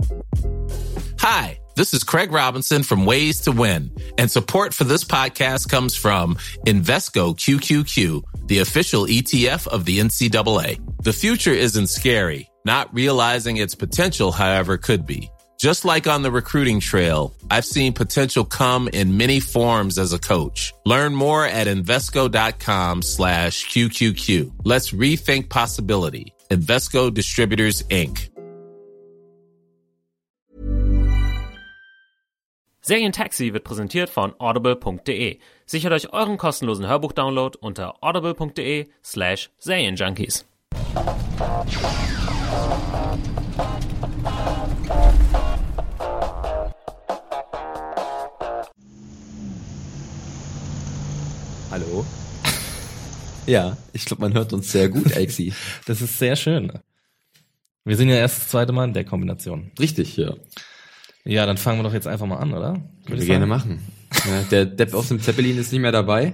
Hi, this is Craig Robinson from Ways to Win, and support for this podcast comes from Invesco QQQ, the official ETF of the NCAA. The future isn't scary. Not realizing its potential, however, could be. Just like on the recruiting trail, I've seen potential come in many forms as a coach. Learn more at Invesco.com/QQQ. Let's rethink possibility. Invesco Distributors, Inc. Serientaxi wird präsentiert von audible.de. Sichert euch euren kostenlosen Hörbuch-Download unter audible.de/Serienjunkies. Hallo? Ja, ich glaube, man hört uns sehr gut, Exi. Das ist sehr schön. Wir sind ja erst das zweite Mal in der Kombination. Richtig, ja. Ja, dann fangen wir doch jetzt einfach mal an, oder? Würde ich gerne machen. Ja, der Depp aus dem Zeppelin ist nicht mehr dabei.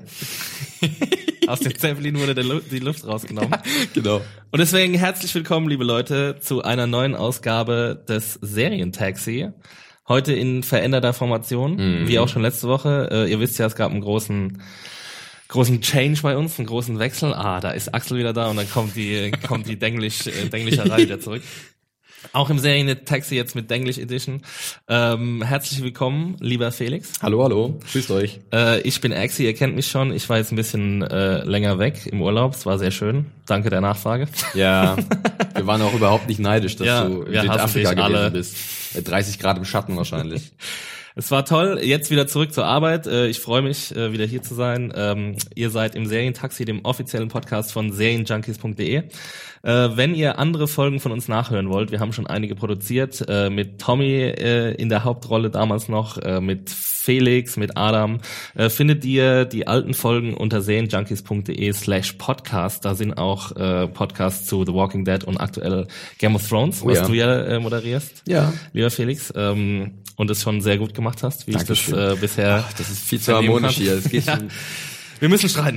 Aus dem Zeppelin wurde die Luft rausgenommen. Ja, genau. Und deswegen herzlich willkommen, liebe Leute, zu einer neuen Ausgabe des Serientaxi. Heute in veränderter Formation, wie auch schon letzte Woche. Ihr wisst ja, es gab einen großen Change bei uns, einen großen Wechsel. Da ist Axel wieder da und dann kommt die Denglischerei wieder zurück. Auch im Serientaxi jetzt mit Denglisch Edition. Herzlich willkommen, lieber Felix. Hallo, grüßt euch. Ich bin Axi, ihr kennt mich schon. Ich war jetzt ein bisschen länger weg im Urlaub. Es war sehr schön. Danke der Nachfrage. Ja, wir waren auch überhaupt nicht neidisch, dass du in Südafrika gewesen bist. 30 Grad im Schatten wahrscheinlich. Es war toll, jetzt wieder zurück zur Arbeit. Ich freue mich, wieder hier zu sein. Ihr seid im Serientaxi, dem offiziellen Podcast von serienjunkies.de. Wenn ihr andere Folgen von uns nachhören wollt, wir haben schon einige produziert, mit Tommy in der Hauptrolle damals noch, mit Felix, mit Adam, findet ihr die alten Folgen unter serienjunkies.de/podcast. Da sind auch Podcasts zu The Walking Dead und aktuell Game of Thrones, was du ja moderierst, lieber Felix. Und es schon sehr gut gemacht hast, wie Dankeschön. Ich das bisher. Das ist viel zu harmonisch hier. Es geht schon. Wir müssen streiten.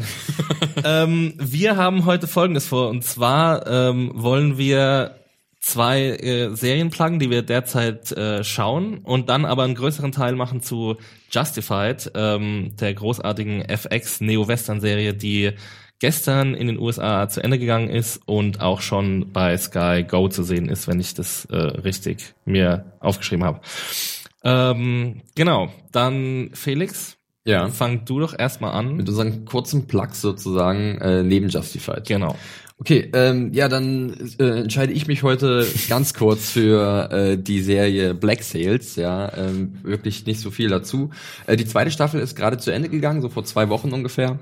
Wir haben heute Folgendes vor, und zwar wollen wir zwei Serien pluggen, die wir derzeit schauen, und dann aber einen größeren Teil machen zu Justified, der großartigen FX-Neo-Western-Serie, die gestern in den USA zu Ende gegangen ist und auch schon bei Sky Go zu sehen ist, wenn ich das richtig mir aufgeschrieben habe. Genau, dann Felix, fang du doch erstmal an. Mit unseren kurzen Plugs sozusagen neben Justified. Genau. Okay, dann entscheide ich mich heute ganz kurz für die Serie Black Sails, wirklich nicht so viel dazu. Die zweite Staffel ist gerade zu Ende gegangen, so vor 2 Wochen ungefähr.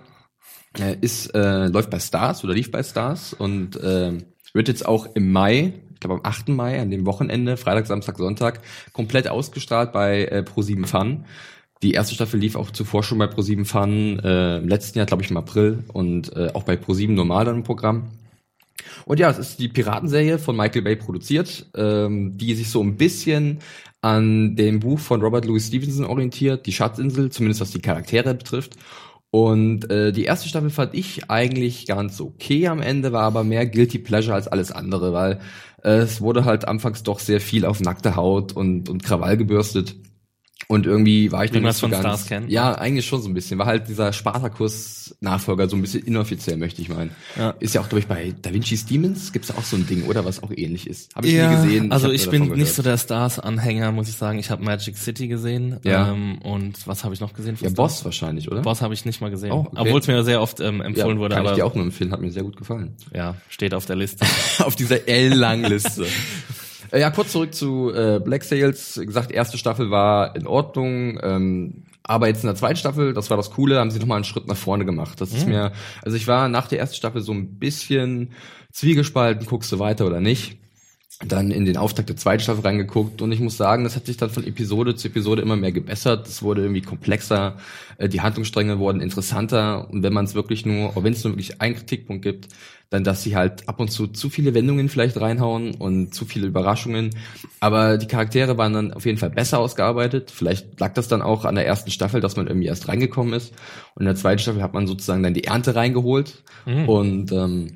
Läuft bei Stars oder lief bei Stars und wird jetzt auch im Mai, ich glaube am 8. Mai, an dem Wochenende, Freitag, Samstag, Sonntag, komplett ausgestrahlt bei Pro7 Fun. Die erste Staffel lief auch zuvor schon bei Pro7 Fun, im letzten Jahr, glaube ich, im April, und auch bei Pro7 normal dann im Programm. Und ja, es ist die Piratenserie von Michael Bay produziert, die sich so ein bisschen an dem Buch von Robert Louis Stevenson orientiert, die Schatzinsel, zumindest was die Charaktere betrifft. Und die erste Staffel fand ich eigentlich ganz okay am Ende, war aber mehr Guilty Pleasure als alles andere, weil es wurde halt anfangs doch sehr viel auf nackte Haut und Krawall gebürstet. Und irgendwie war ich dann nicht so ganz... Stars kennen. Ja, eigentlich schon so ein bisschen. War halt dieser Spartacus-Nachfolger so ein bisschen inoffiziell, möchte ich meinen. Ja. Ist ja auch, glaube ich, bei Da Vinci's Demons gibt's ja auch so ein Ding, oder? Was auch ähnlich ist. Habe ich nie gesehen. Also ich bin nicht so der Stars-Anhänger, muss ich sagen. Ich habe Magic City gesehen. Ja. Und was habe ich noch gesehen? Ja, Boss wahrscheinlich, oder? Boss habe ich nicht mal gesehen. Oh, okay. Obwohl es mir sehr oft empfohlen wurde. Kann ich dir auch nur empfehlen, hat mir sehr gut gefallen. Ja, steht auf der Liste. Auf dieser L-langen Liste. Ja, kurz zurück zu Black Sails. Wie gesagt, erste Staffel war in Ordnung, aber jetzt in der zweiten Staffel, das war das Coole, haben sie nochmal einen Schritt nach vorne gemacht. Das ist mir, also ich war nach der ersten Staffel so ein bisschen zwiegespalten, guckst du weiter oder nicht. Dann in den Auftakt der zweiten Staffel reingeguckt und ich muss sagen, das hat sich dann von Episode zu Episode immer mehr gebessert. Es wurde irgendwie komplexer, die Handlungsstränge wurden interessanter und wenn man es wirklich nur, auch wenn es nur wirklich einen Kritikpunkt gibt, dann, dass sie halt ab und zu viele Wendungen vielleicht reinhauen und zu viele Überraschungen. Aber die Charaktere waren dann auf jeden Fall besser ausgearbeitet. Vielleicht lag das dann auch an der ersten Staffel, dass man irgendwie erst reingekommen ist. Und in der zweiten Staffel hat man sozusagen dann die Ernte reingeholt und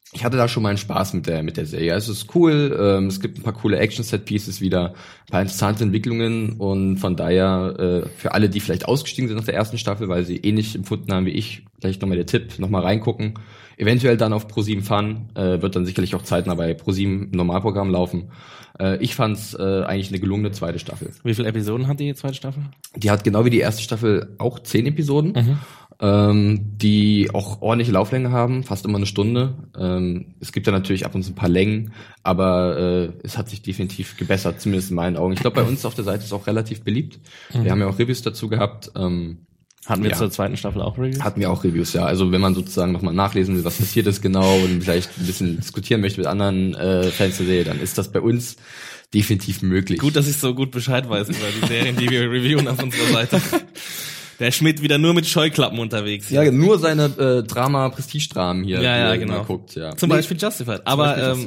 ich hatte da schon mal einen Spaß mit der Serie. Also es ist cool, es gibt ein paar coole Action-Set-Pieces wieder, ein paar interessante Entwicklungen und von daher für alle, die vielleicht ausgestiegen sind nach der ersten Staffel, weil sie ähnlich empfunden haben wie ich, vielleicht nochmal der Tipp, nochmal reingucken. Eventuell dann auf ProSieben Fun, wird dann sicherlich auch zeitnah bei ProSieben im Normalprogramm laufen. Ich fand's eigentlich eine gelungene zweite Staffel. Wie viele Episoden hat die zweite Staffel? Die hat genau wie die erste Staffel auch 10 Episoden. Die auch ordentliche Lauflänge haben, fast immer eine Stunde. Es gibt ja natürlich ab und zu ein paar Längen, aber es hat sich definitiv gebessert, zumindest in meinen Augen. Ich glaube, bei uns auf der Seite ist es auch relativ beliebt. Wir haben ja auch Reviews dazu gehabt. Hatten wir zur zweiten Staffel auch Reviews? Hatten wir auch Reviews, ja. Also wenn man sozusagen nochmal nachlesen will, was passiert ist genau und vielleicht ein bisschen diskutieren möchte mit anderen Fans der Serie, dann ist das bei uns definitiv möglich. Gut, dass ich so gut Bescheid weiß über die Serien, die wir reviewen auf unserer Seite. Der Schmidt wieder nur mit Scheuklappen unterwegs. Ja, nur seine Drama-Prestige-Dramen hier. Ja, genau. Guckt, ja. Zum Beispiel Justified. Aber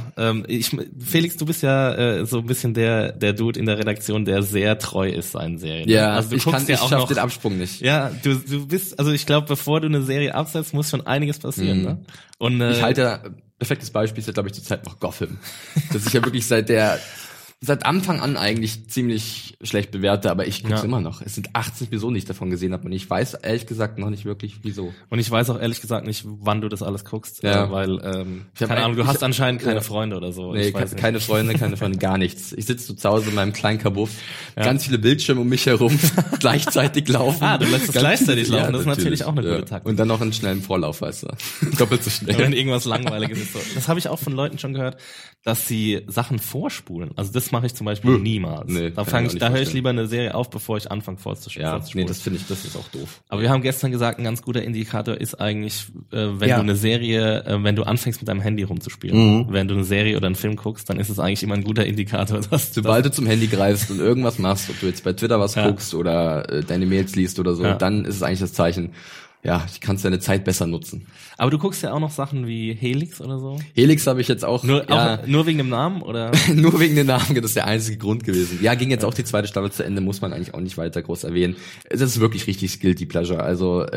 Felix, du bist ja so ein bisschen der Dude in der Redaktion, der sehr treu ist seinen Serien. Ja, also du ich schaff den Absprung nicht. Ja, du bist, also ich glaube, bevor du eine Serie absetzt, muss schon einiges passieren. Ne? Und ich halte, perfektes Beispiel ist ja, glaube ich, zurzeit noch Gotham. Das ist ja wirklich seit Anfang an eigentlich ziemlich schlecht bewerte, aber ich guck's immer noch. Es sind 18 Episoden, die ich davon gesehen habe und ich weiß ehrlich gesagt noch nicht wirklich, wieso. Und ich weiß auch ehrlich gesagt nicht, wann du das alles guckst, weil, keine Ahnung, du hast anscheinend keine Freunde oder so. Nee, keine Freunde, gar nichts. Ich sitze so zu Hause in meinem kleinen Kabuff, ganz viele Bildschirme um mich herum, gleichzeitig laufen. Du lässt es gleichzeitig laufen, das ist natürlich auch eine gute Taktik. Und dann noch einen schnellen Vorlauf, weißt du. Doppelt so schnell. Wenn irgendwas Langweiliges ist. So. Das habe ich auch von Leuten schon gehört, dass sie Sachen vorspulen. Also das mache ich zum Beispiel niemals. Nee, da höre ich lieber eine Serie auf, bevor ich anfange vorzuspulen. Ja, nee, das finde ich, das ist auch doof. Aber wir haben gestern gesagt, ein ganz guter Indikator ist eigentlich, wenn du eine Serie, wenn du anfängst mit deinem Handy rumzuspielen. Wenn du eine Serie oder einen Film guckst, dann ist es eigentlich immer ein guter Indikator. Sobald du zum Handy greifst und irgendwas machst, ob du jetzt bei Twitter was guckst oder deine Mails liest oder so, dann ist es eigentlich das Zeichen, ja, ich kann deine Zeit besser nutzen. Aber du guckst ja auch noch Sachen wie Helix oder so? Helix habe ich jetzt auch. Nur wegen dem Namen, oder? Nur wegen dem Namen, das ist der einzige Grund gewesen. Ja, ging jetzt auch die zweite Staffel zu Ende, muss man eigentlich auch nicht weiter groß erwähnen. Es ist wirklich richtig Guilty Pleasure. Also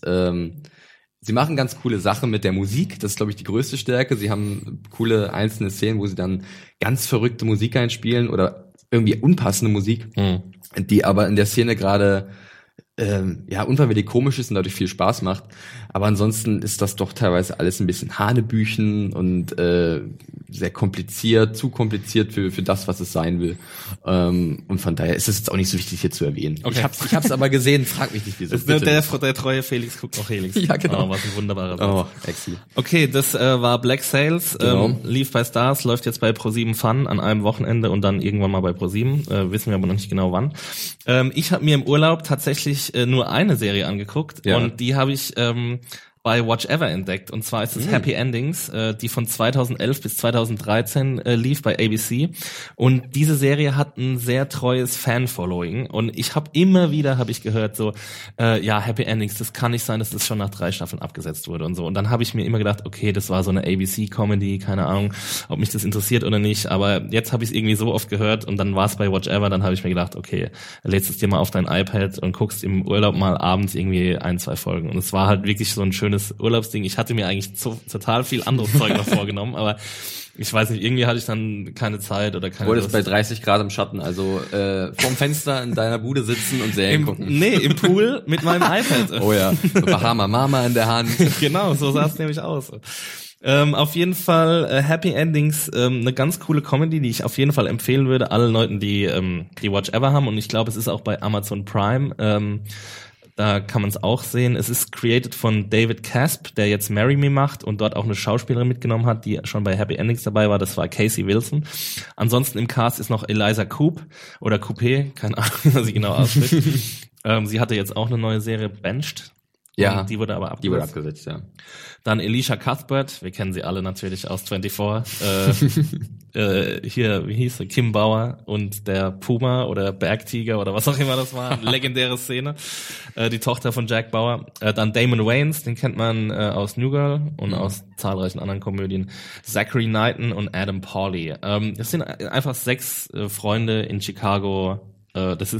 sie machen ganz coole Sachen mit der Musik. Das ist, glaube ich, die größte Stärke. Sie haben coole einzelne Szenen, wo sie dann ganz verrückte Musik einspielen oder irgendwie unpassende Musik, die aber in der Szene gerade unverwählich komisch ist und dadurch viel Spaß macht. Aber ansonsten ist das doch teilweise alles ein bisschen Hanebüchen und sehr kompliziert, zu kompliziert für das, was es sein will. Und von daher ist es jetzt auch nicht so wichtig, hier zu erwähnen. Okay. Ich hab's aber gesehen, frag mich nicht, wieso. Der treue Felix guckt auch Helix. Ja, genau. Oh, was ein wunderbarer Satz. Oh, excellent. Okay, das war Black Sails, lief bei Stars, läuft jetzt bei ProSieben Fun an einem Wochenende und dann irgendwann mal bei ProSieben. Wissen wir aber noch nicht genau wann. Ich habe mir im Urlaub tatsächlich nur eine Serie angeguckt und die habe ich bei Watch Ever entdeckt. Und zwar ist es Happy Endings, die von 2011 bis 2013 lief bei ABC. Und diese Serie hat ein sehr treues Fan-Following. Und ich habe immer wieder gehört, so, Happy Endings, das kann nicht sein, dass das schon nach 3 Staffeln abgesetzt wurde und so. Und dann habe ich mir immer gedacht, okay, das war so eine ABC-Comedy, keine Ahnung, ob mich das interessiert oder nicht. Aber jetzt habe ich es irgendwie so oft gehört und dann war es bei Watch Ever, dann habe ich mir gedacht, okay, lädst es dir mal auf dein iPad und guckst im Urlaub mal abends irgendwie 1-2 Folgen. Und es war halt wirklich so ein schönes Urlaubsding. Ich hatte mir eigentlich total viel anderes Zeug noch vorgenommen, aber ich weiß nicht, irgendwie hatte ich dann keine Zeit oder keine Lust. Du wolltest bei 30 Grad im Schatten, also vorm Fenster in deiner Bude sitzen und Serien gucken. Nee, im Pool mit meinem iPad. Oh ja, Bahama Mama in der Hand. Genau, so sah es nämlich aus. Auf jeden Fall Happy Endings, eine ganz coole Comedy, die ich auf jeden Fall empfehlen würde, allen Leuten, die Watch Ever haben, und ich glaube, es ist auch bei Amazon Prime. Da kann man es auch sehen. Es ist created von David Casp, der jetzt Marry Me macht und dort auch eine Schauspielerin mitgenommen hat, die schon bei Happy Endings dabei war. Das war Casey Wilson. Ansonsten im Cast ist noch Eliza Coupe oder Coupé, keine Ahnung, wie man sie genau ausspricht. Sie hatte jetzt auch eine neue Serie, Benched. Ja, die wurde aber abgesetzt. Die wurde abgesetzt, ja. Dann Alicia Cuthbert, wir kennen sie alle natürlich aus 24. Hier, wie hieß sie? Kim Bauer und der Puma oder Bergtiger oder was auch immer das war. Legendäre Szene. Die Tochter von Jack Bauer. Dann Damon Wayans, den kennt man aus New Girl und aus zahlreichen anderen Komödien. Zachary Knighton und Adam Pawley. Das sind einfach 6 Freunde in Chicago. Das ist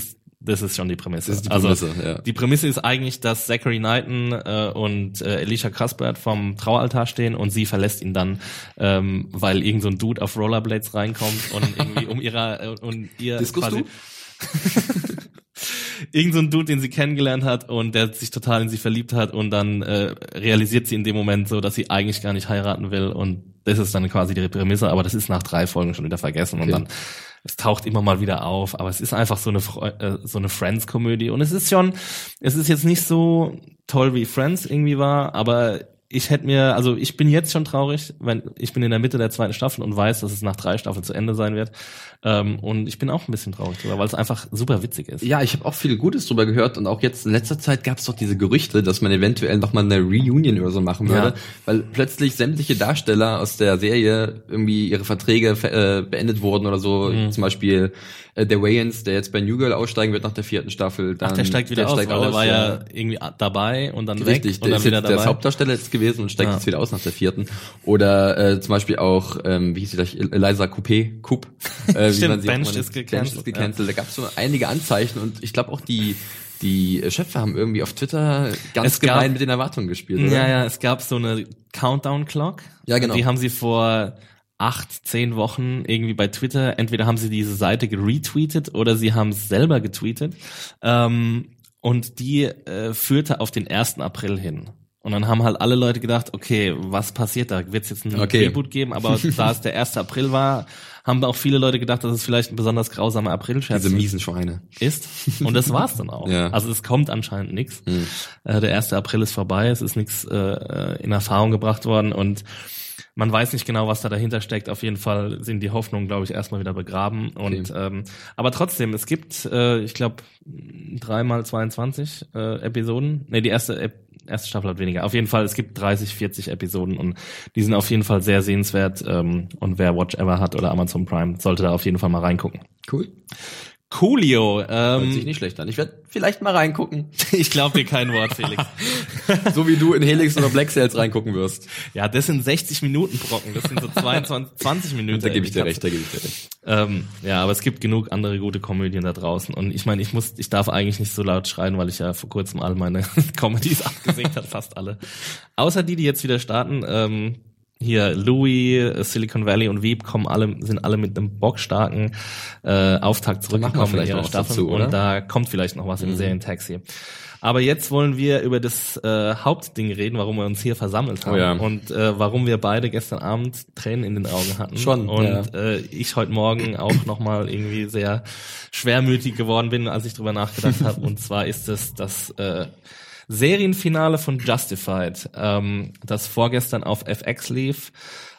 Das ist schon die Prämisse. Das ist die Prämisse, ja. Die Prämisse ist eigentlich, dass Zachary Knighton und Elisha Cuthbert vom Traualtar stehen und sie verlässt ihn dann, weil irgend so ein Dude auf Rollerblades reinkommt und irgendwie ihr Diskus quasi du? irgend so ein Dude, den sie kennengelernt hat und der sich total in sie verliebt hat und dann realisiert sie in dem Moment so, dass sie eigentlich gar nicht heiraten will und das ist dann quasi die Prämisse, aber das ist nach 3 Folgen schon wieder vergessen und dann es taucht immer mal wieder auf, aber es ist einfach so eine Friends-Komödie und es ist jetzt nicht so toll wie Friends irgendwie war, aber ich bin jetzt schon traurig, ich bin in der Mitte der 2. Staffel und weiß, dass es nach 3 Staffeln zu Ende sein wird. Und ich bin auch ein bisschen traurig drüber, weil es einfach super witzig ist. Ja, ich habe auch viel Gutes drüber gehört und auch jetzt in letzter Zeit gab es doch diese Gerüchte, dass man eventuell noch mal eine Reunion oder so machen würde, weil plötzlich sämtliche Darsteller aus der Serie irgendwie ihre Verträge beendet wurden oder so. Zum Beispiel der Wayans, der jetzt bei New Girl aussteigen wird nach der 4. Staffel. Dann, der steigt wieder aus, weil der war ja irgendwie dabei und dann richtig, weg und dann wieder dabei. Der ist Hauptdarsteller jetzt gewesen und steigt jetzt wieder aus nach der 4. Oder zum Beispiel auch, wie hieß sie gleich, Eliza Coupe. Stimmt, Bench ist gecancelt. Da gab es so einige Anzeichen und ich glaube auch die Schöpfer haben irgendwie auf Twitter ganz gemein mit den Erwartungen gespielt, oder? Ja, es gab so eine Countdown-Clock. Ja, genau. Die haben sie vor 8-10 Wochen irgendwie bei Twitter, entweder haben sie diese Seite geretweetet oder sie haben es selber getweetet. Und die führte auf den 1. April hin. Und dann haben halt alle Leute gedacht, okay, was passiert da? Wird es jetzt einen Reboot geben? Aber da es der 1. April war, haben auch viele Leute gedacht, dass es vielleicht ein besonders grausamer April-Scherz Diese miesen Schweine ist. Und das war's dann auch. Ja. Also es kommt anscheinend nichts. Der 1. April ist vorbei, es ist nichts in Erfahrung gebracht worden und man weiß nicht genau, was da dahinter steckt. Auf jeden Fall sind die Hoffnungen, glaube ich, erstmal wieder begraben. Und aber trotzdem, es gibt, ich glaube, 3x22 Episoden. Nee, die erste Staffel hat weniger. Auf jeden Fall, es gibt 30, 40 Episoden und die sind auf jeden Fall sehr sehenswert. Und wer Watch Ever hat oder Amazon Prime, sollte da auf jeden Fall mal reingucken. Cool. Coolio. Hört sich nicht schlecht an. Ich werde vielleicht mal reingucken. Ich glaube dir kein Wort, Felix. So wie du in Helix oder Black Sails reingucken wirst. Ja, das sind 60 Minuten Brocken. Das sind so 20 Minuten. Da gebe ich dir recht. Ja, aber es gibt genug andere gute Komödien da draußen. Und ich meine, ich darf eigentlich nicht so laut schreien, weil ich ja vor kurzem all meine Comedies abgesägt habe, fast alle. Außer die jetzt wieder starten. Hier Louis, Silicon Valley und Veep sind alle mit einem bockstarken Auftakt zurückgekommen in ihrer Staffel dazu, und da kommt vielleicht noch was im Serientaxi. Aber jetzt wollen wir über das Hauptding reden, warum wir uns hier versammelt haben und warum wir beide gestern Abend Tränen in den Augen hatten. Schon. Und ich heute Morgen auch nochmal irgendwie sehr schwermütig geworden bin, als ich drüber nachgedacht habe. Und zwar ist es das Serienfinale von Justified, das vorgestern auf FX lief,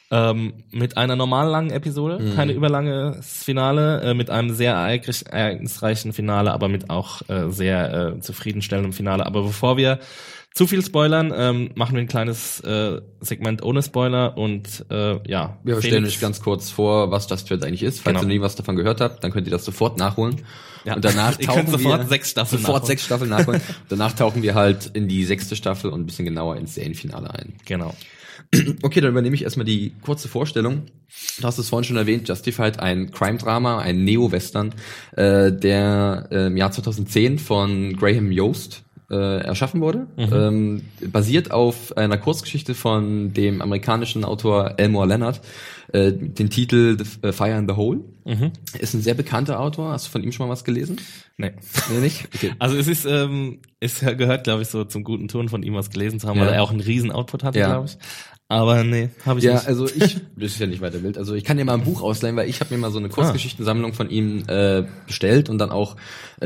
mit einer normal langen Episode, keine überlanges Finale, mit einem sehr ereignisreichen Finale, aber mit auch sehr zufriedenstellendem Finale. Aber bevor wir zu viel spoilern, machen wir ein kleines Segment ohne Spoiler und ja. Wir stellen euch ganz kurz vor, was Justified eigentlich ist. Falls ihr nie was davon gehört habt, dann könnt ihr das sofort nachholen. Ja. Und danach tauchen wir sofort 6 Staffeln nachholen. Danach tauchen wir halt in die 6. Staffel und ein bisschen genauer ins Serienfinale ein. Genau. Okay, dann übernehme ich erstmal die kurze Vorstellung. Du hast es vorhin schon erwähnt, Justified, ein Crime-Drama, ein Neo-Western, der im Jahr 2010 von Graham Yost erschaffen wurde. Basiert auf einer Kurzgeschichte von dem amerikanischen Autor Elmore Leonard, den Titel The Fire in the Hole. Ist ein sehr bekannter Autor. Hast du von ihm schon mal was gelesen? Nee. Nee, nicht? Okay. Also es gehört, glaube ich, so zum guten Ton von ihm was gelesen zu haben, weil er auch einen riesen Output hatte, glaube ich. Aber nee, habe ich nicht. Ja, also das ist ja nicht weiter wild. Also ich kann dir mal ein Buch ausleihen, weil ich habe mir mal so eine Kurzgeschichtensammlung von ihm bestellt und dann auch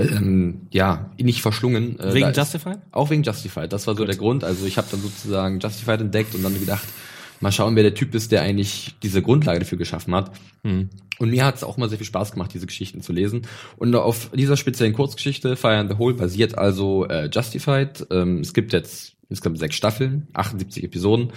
nicht verschlungen. Wegen Justified? Auch wegen Justified. Das war so der Grund. Also ich habe dann sozusagen Justified entdeckt und dann gedacht, mal schauen, wer der Typ ist, der eigentlich diese Grundlage dafür geschaffen hat. Und mir hat es auch mal sehr viel Spaß gemacht, diese Geschichten zu lesen. Und auf dieser speziellen Kurzgeschichte, Fire in the Hole, basiert also Justified. Es gibt jetzt insgesamt 6 Staffeln, 78 Episoden.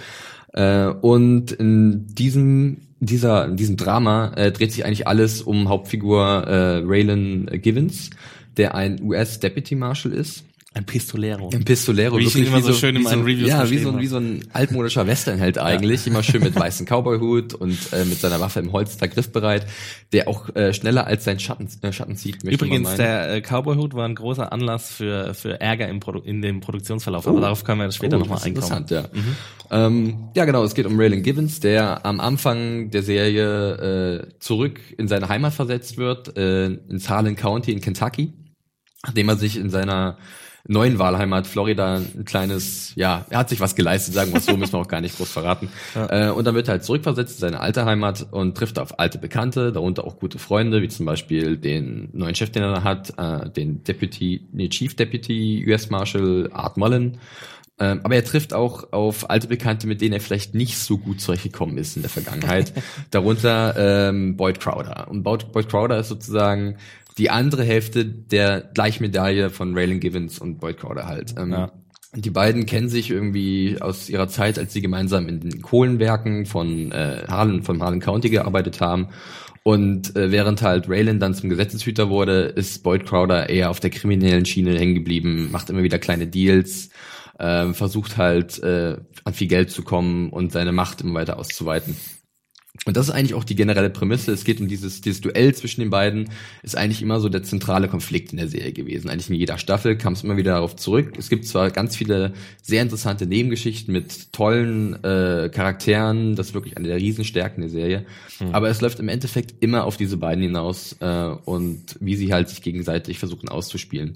Und in diesem Drama dreht sich eigentlich alles um Hauptfigur Raylan Givens, der ein US Deputy Marshal ist. Ein Pistolero. Ein Pistolero. Wie ich ihn immer so schön in meinen Reviews wie so ein altmodischer Westernheld eigentlich. Immer schön mit weißem Cowboyhut und mit seiner Waffe im Holster griffbereit, der auch schneller als sein Schatten zieht. Übrigens, der Cowboyhut war ein großer Anlass für Ärger in dem Produktionsverlauf. Aber darauf können wir später nochmal einkommen. Interessant, ja. Ja, genau. Es geht um Raylan Givens, der am Anfang der Serie zurück in seine Heimat versetzt wird, ins Harlan County in Kentucky, nachdem er sich in seiner neuen Wahlheimat Florida ein kleines, er hat sich was geleistet, sagen wir es so, müssen wir auch gar nicht groß verraten. Ja. Und dann wird er halt zurückversetzt in seine alte Heimat und trifft auf alte Bekannte, darunter auch gute Freunde, wie zum Beispiel den neuen Chef, den er da hat, den Chief Deputy US Marshal Art Mullen. Aber er trifft auch auf alte Bekannte, mit denen er vielleicht nicht so gut zurechtgekommen ist in der Vergangenheit. Darunter Boyd Crowder. Und Boyd Crowder ist sozusagen die andere Hälfte der Gleichmedaille von Raylan Givens und Boyd Crowder halt. Die beiden kennen sich irgendwie aus ihrer Zeit, als sie gemeinsam in den Kohlenwerken von Harlan County gearbeitet haben. Und während halt Raylan dann zum Gesetzeshüter wurde, ist Boyd Crowder eher auf der kriminellen Schiene hängen geblieben, macht immer wieder kleine Deals, versucht halt an viel Geld zu kommen und seine Macht immer weiter auszuweiten. Und das ist eigentlich auch die generelle Prämisse. Es geht um dieses Duell zwischen den beiden, ist eigentlich immer so der zentrale Konflikt in der Serie gewesen. Eigentlich in jeder Staffel kam es immer wieder darauf zurück. Es gibt zwar ganz viele sehr interessante Nebengeschichten mit tollen Charakteren, das ist wirklich eine der Riesenstärken der Serie, aber es läuft im Endeffekt immer auf diese beiden hinaus und wie sie halt sich gegenseitig versuchen auszuspielen.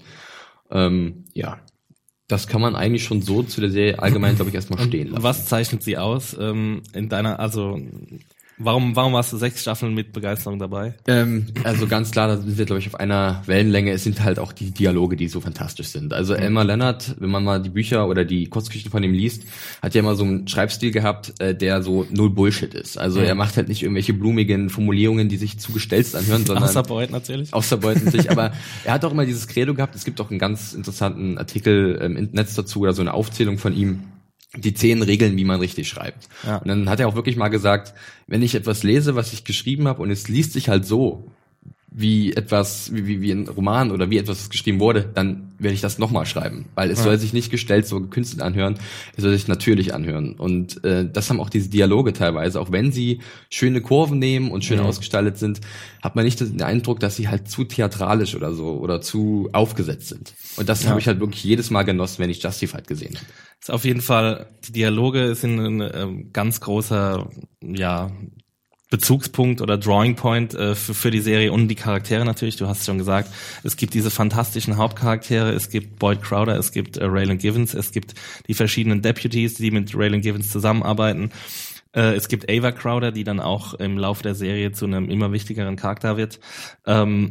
Das kann man eigentlich schon so zu der Serie allgemein, glaube ich, erstmal stehen lassen. Was zeichnet sie aus in deiner, warum warst du 6 Staffeln mit Begeisterung dabei? Also ganz klar, da sind wir, glaube ich, auf einer Wellenlänge. Es sind halt auch die Dialoge, die so fantastisch sind. Also Elmer Leonard, wenn man mal die Bücher oder die Kurzgeschichten von ihm liest, hat ja immer so einen Schreibstil gehabt, der so null Bullshit ist. Also er macht halt nicht irgendwelche blumigen Formulierungen, die sich zu gestelzt anhören, sondern außer Boyd natürlich. Aber er hat auch immer dieses Credo gehabt. Es gibt auch einen ganz interessanten Artikel im Netz dazu oder so eine Aufzählung von ihm. Die 10 Regeln, wie man richtig schreibt. Ja. Und dann hat er auch wirklich mal gesagt, wenn ich etwas lese, was ich geschrieben habe und es liest sich halt so, wie ein Roman oder wie etwas geschrieben wurde, dann werde ich das nochmal schreiben. Weil es soll sich nicht gestellt, so gekünstelt anhören, es soll sich natürlich anhören. Und das haben auch diese Dialoge teilweise, auch wenn sie schöne Kurven nehmen und schön ausgestaltet sind, hat man nicht den Eindruck, dass sie halt zu theatralisch oder so oder zu aufgesetzt sind. Und das habe ich halt wirklich jedes Mal genossen, wenn ich Justified gesehen habe. Ist auf jeden Fall, die Dialoge sind ein ganz großer, Bezugspunkt oder Drawing Point für die Serie und die Charaktere natürlich. Du hast es schon gesagt, es gibt diese fantastischen Hauptcharaktere, es gibt Boyd Crowder, es gibt Raylan Givens, es gibt die verschiedenen Deputies, die mit Raylan Givens zusammenarbeiten. Es gibt Ava Crowder, die dann auch im Laufe der Serie zu einem immer wichtigeren Charakter wird. Also